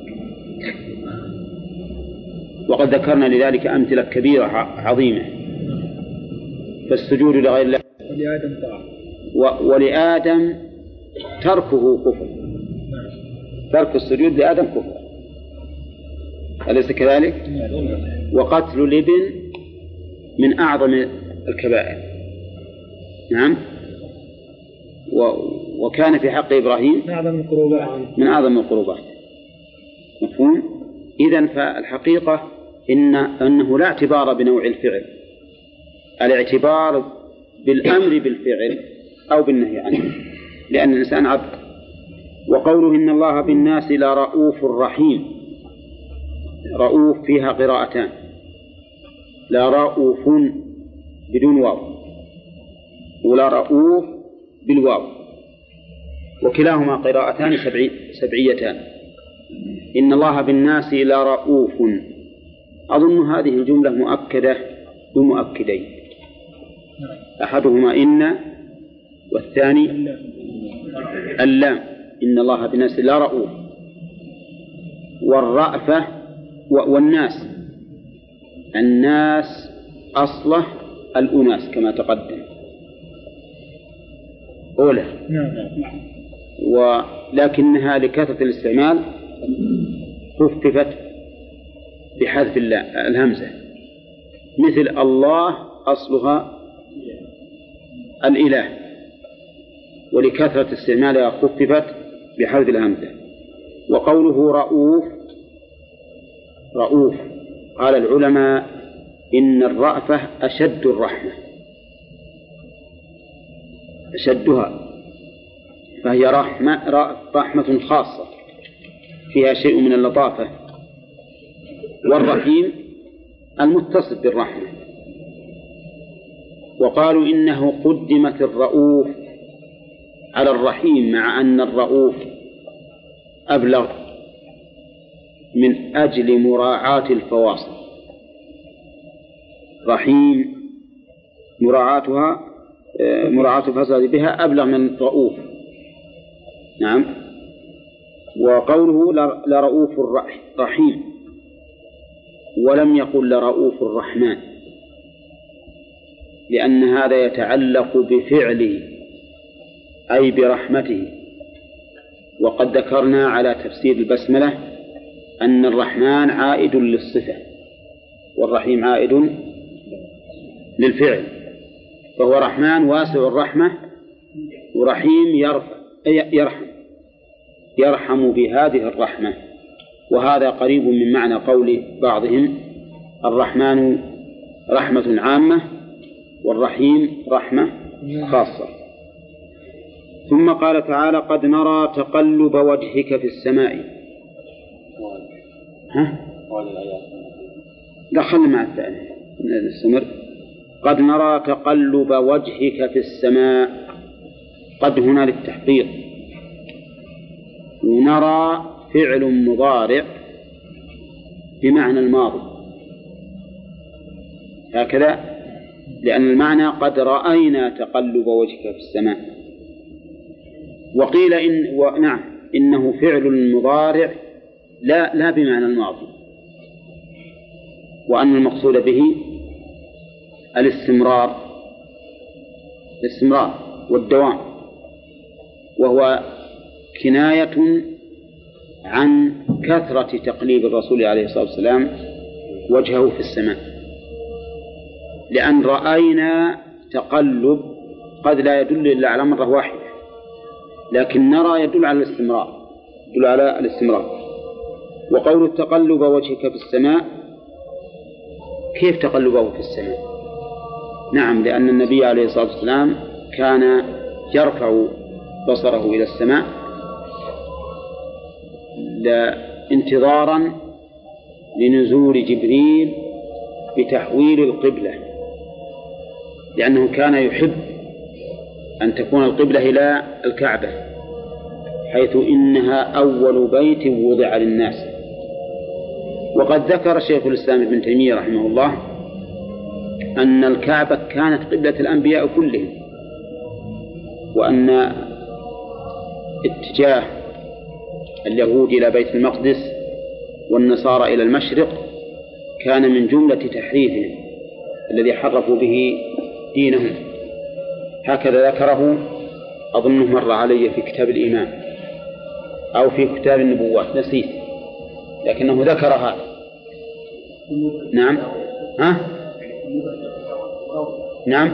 وقد ذكرنا لذلك أمثلة كبيرة عظيمة. فالسجود لغير الله ولآدم طاعة، ولآدم تركه كفر، ترك السجود لآدم كفر، أليس كذلك؟ وقتل الابن من أعظم الكبائر. نعم. وكان في حق إبراهيم من أعظم القربات من أعظم القربات. مفهوم؟ إذن فالحقيقة إن أنه لا اعتبار بنوع الفعل، الاعتبار بالأمر بالفعل أو بالنهي عنه، لأن الإنسان عبد. وقوله إن الله بالناس لرؤوف رحيم، رؤوف فيها قراءتان، لرؤوف بدون واو ولا رؤوف بالواو، وكلاهما قراءتان سبعي سبعيتان. إن الله بالناس لرؤوف، أظن هذه الجملة مؤكدة بمؤكدين، أحدهما إن والثاني اللام، إن الله بالناس لرؤوف. والرأفة والناس، الناس أصله الأناس كما تقدم أولى، ولكنها لكثرة الاستعمال خففت بحذف الهمزة، مثل الله أصلها الإله، ولكثرة استعمالها خففت بحذف الهمزة. وقوله رؤوف، رؤوف قال العلماء إن الرأفة أشد الرحمة، أشدها، فهي رحمة, رحمة خاصة فيها شيء من اللطافة. والرحيم المتصف بالرحمة. وقالوا إنه قدمت الرؤوف على الرحيم مع أن الرؤوف أبلغ من أجل مراعاة الفواصل. رحيم مراعاتها مراعاة الفصل بها أبلغ من رؤوف. نعم. وقوله لرؤوف رحيم، ولم يقل لرؤوف الرحمن، لأن هذا يتعلق بفعله أي برحمته. وقد ذكرنا على تفسير البسملة أن الرحمن عائد للصفة والرحيم عائد للفعل، فهو رحمن واسع الرحمة، ورحيم يرفع يرحم يرحم بهذه الرحمة. وهذا قريب من معنى قول بعضهم الرحمن رحمة عامة والرحيم رحمة خاصة. ثم قال تعالى قد نرى تقلب وجهك في السماء. ها؟ دخلنا مع الثاني نستمر. قد نرى تقلب وجهك في السماء، قد هنا للتحقيق، ونرى فعل مضارع بمعنى الماضي هكذا، لأن المعنى قد رأينا تقلب وجهك في السماء. وقيل إن ونعم إنه فعل مضارع لا لا بمعنى الماضي، وأن المقصود به الاستمرار الاستمرار والدوام، وهو كناية عن كثرة تقليب الرسول عليه الصلاة والسلام وجهه في السماء، لأن رأينا تقلب قد لا يدل إلا على مرة واحدة، لكن نرى يدل على الاستمرار، يدل على الاستمرار. وقول التقلب وجهك في السماء، كيف تقلبه في السماء؟ نعم، لأن النبي عليه الصلاة والسلام كان يرفع بصره إلى السماء انتظارا لنزول جبريل بتحويل القبلة، لأنه كان يحب أن تكون القبلة إلى الكعبة، حيث إنها أول بيت وضع للناس. وقد ذكر شيخ الإسلام ابن تيمية رحمه الله أن الكعبة كانت قبلة الأنبياء كلهم، وأن اتجاه اليهود إلى بيت المقدس والنصارى إلى المشرق كان من جملة تحريفهم الذي حرفوا به دينهم. هكذا ذكره أظنه مر علي في كتاب الإيمان أو في كتاب النبوات، نسيت، لكنه ذكر هذا. نعم. ها؟ نعم.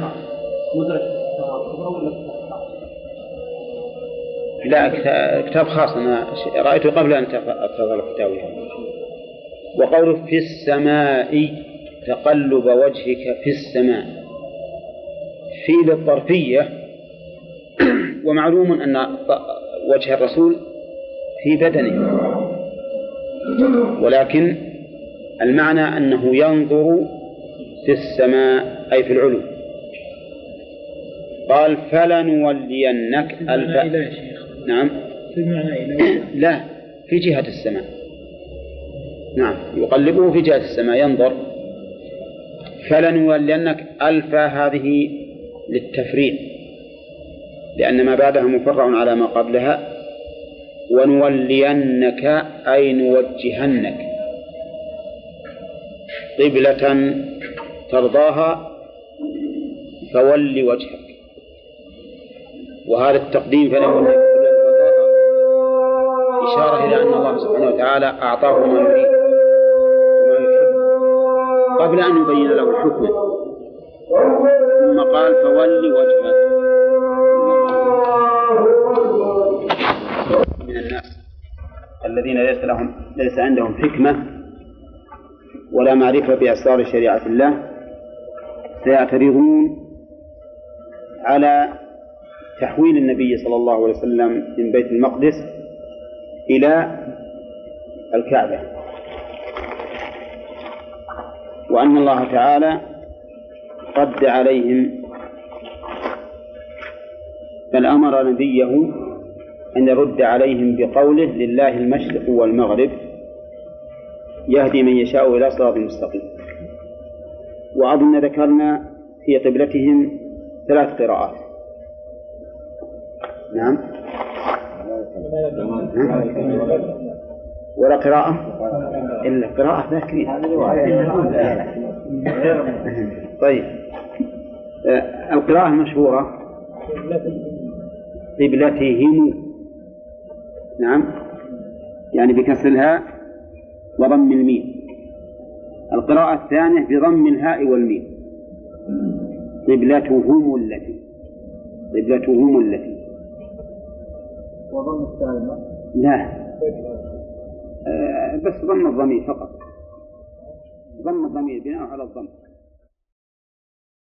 لا، كتاب خاص أنا رأيته قبل أن أتفضل الكتاب. وقوله في السماء تقلب وجهك في السماء، في للظرفية، ومعلوم أن وجه الرسول في بدنه، ولكن المعنى أنه ينظر في السماء أي في العلو. قال فلنولينك الف... نعم في معنى إلى لا، في جهة السماء. نعم، يقلبه في جهة السماء ينظر. فلنولينك ألف هذه للتفريع، لأن ما بعدها مفرع على ما قبلها. ونولينك أي نوجهنك قبلة ترضاها فول وجهك. وهذا التقديم فلنولينك إشارة إلى أن الله سبحانه وتعالى أعطاه ما يريد وما يحب قبل أن يبين له الحكم، ثم قال فول وجهك. من الناس الذين ليس لهم ليس عندهم حكمة ولا معرفة بأسرار شريعة الله سيعترضون على تحويل النبي صلى الله عليه وسلم من بيت المقدس إلى الكعبة، وأن الله تعالى رد عليهم، بل أمر نبيه أن يرد عليهم بقوله لله المشرق والمغرب يهدي من يشاء إلى صراط مستقيم. وأظن ذكرنا في قبلتهم ثلاث قراءات. نعم. ولا قراءة إلا قراءة ذاكرين. طيب، القراءة المشهورة قبلتهم، نعم، يعني بكسرها وضم الميم. القراءة الثانية بضم الهاء والميم، قبلتهم التي، قبلتهم التي. وضم الثالثة لا، آه بس ضم الضمير فقط، ضم الضمير بناء على الضم.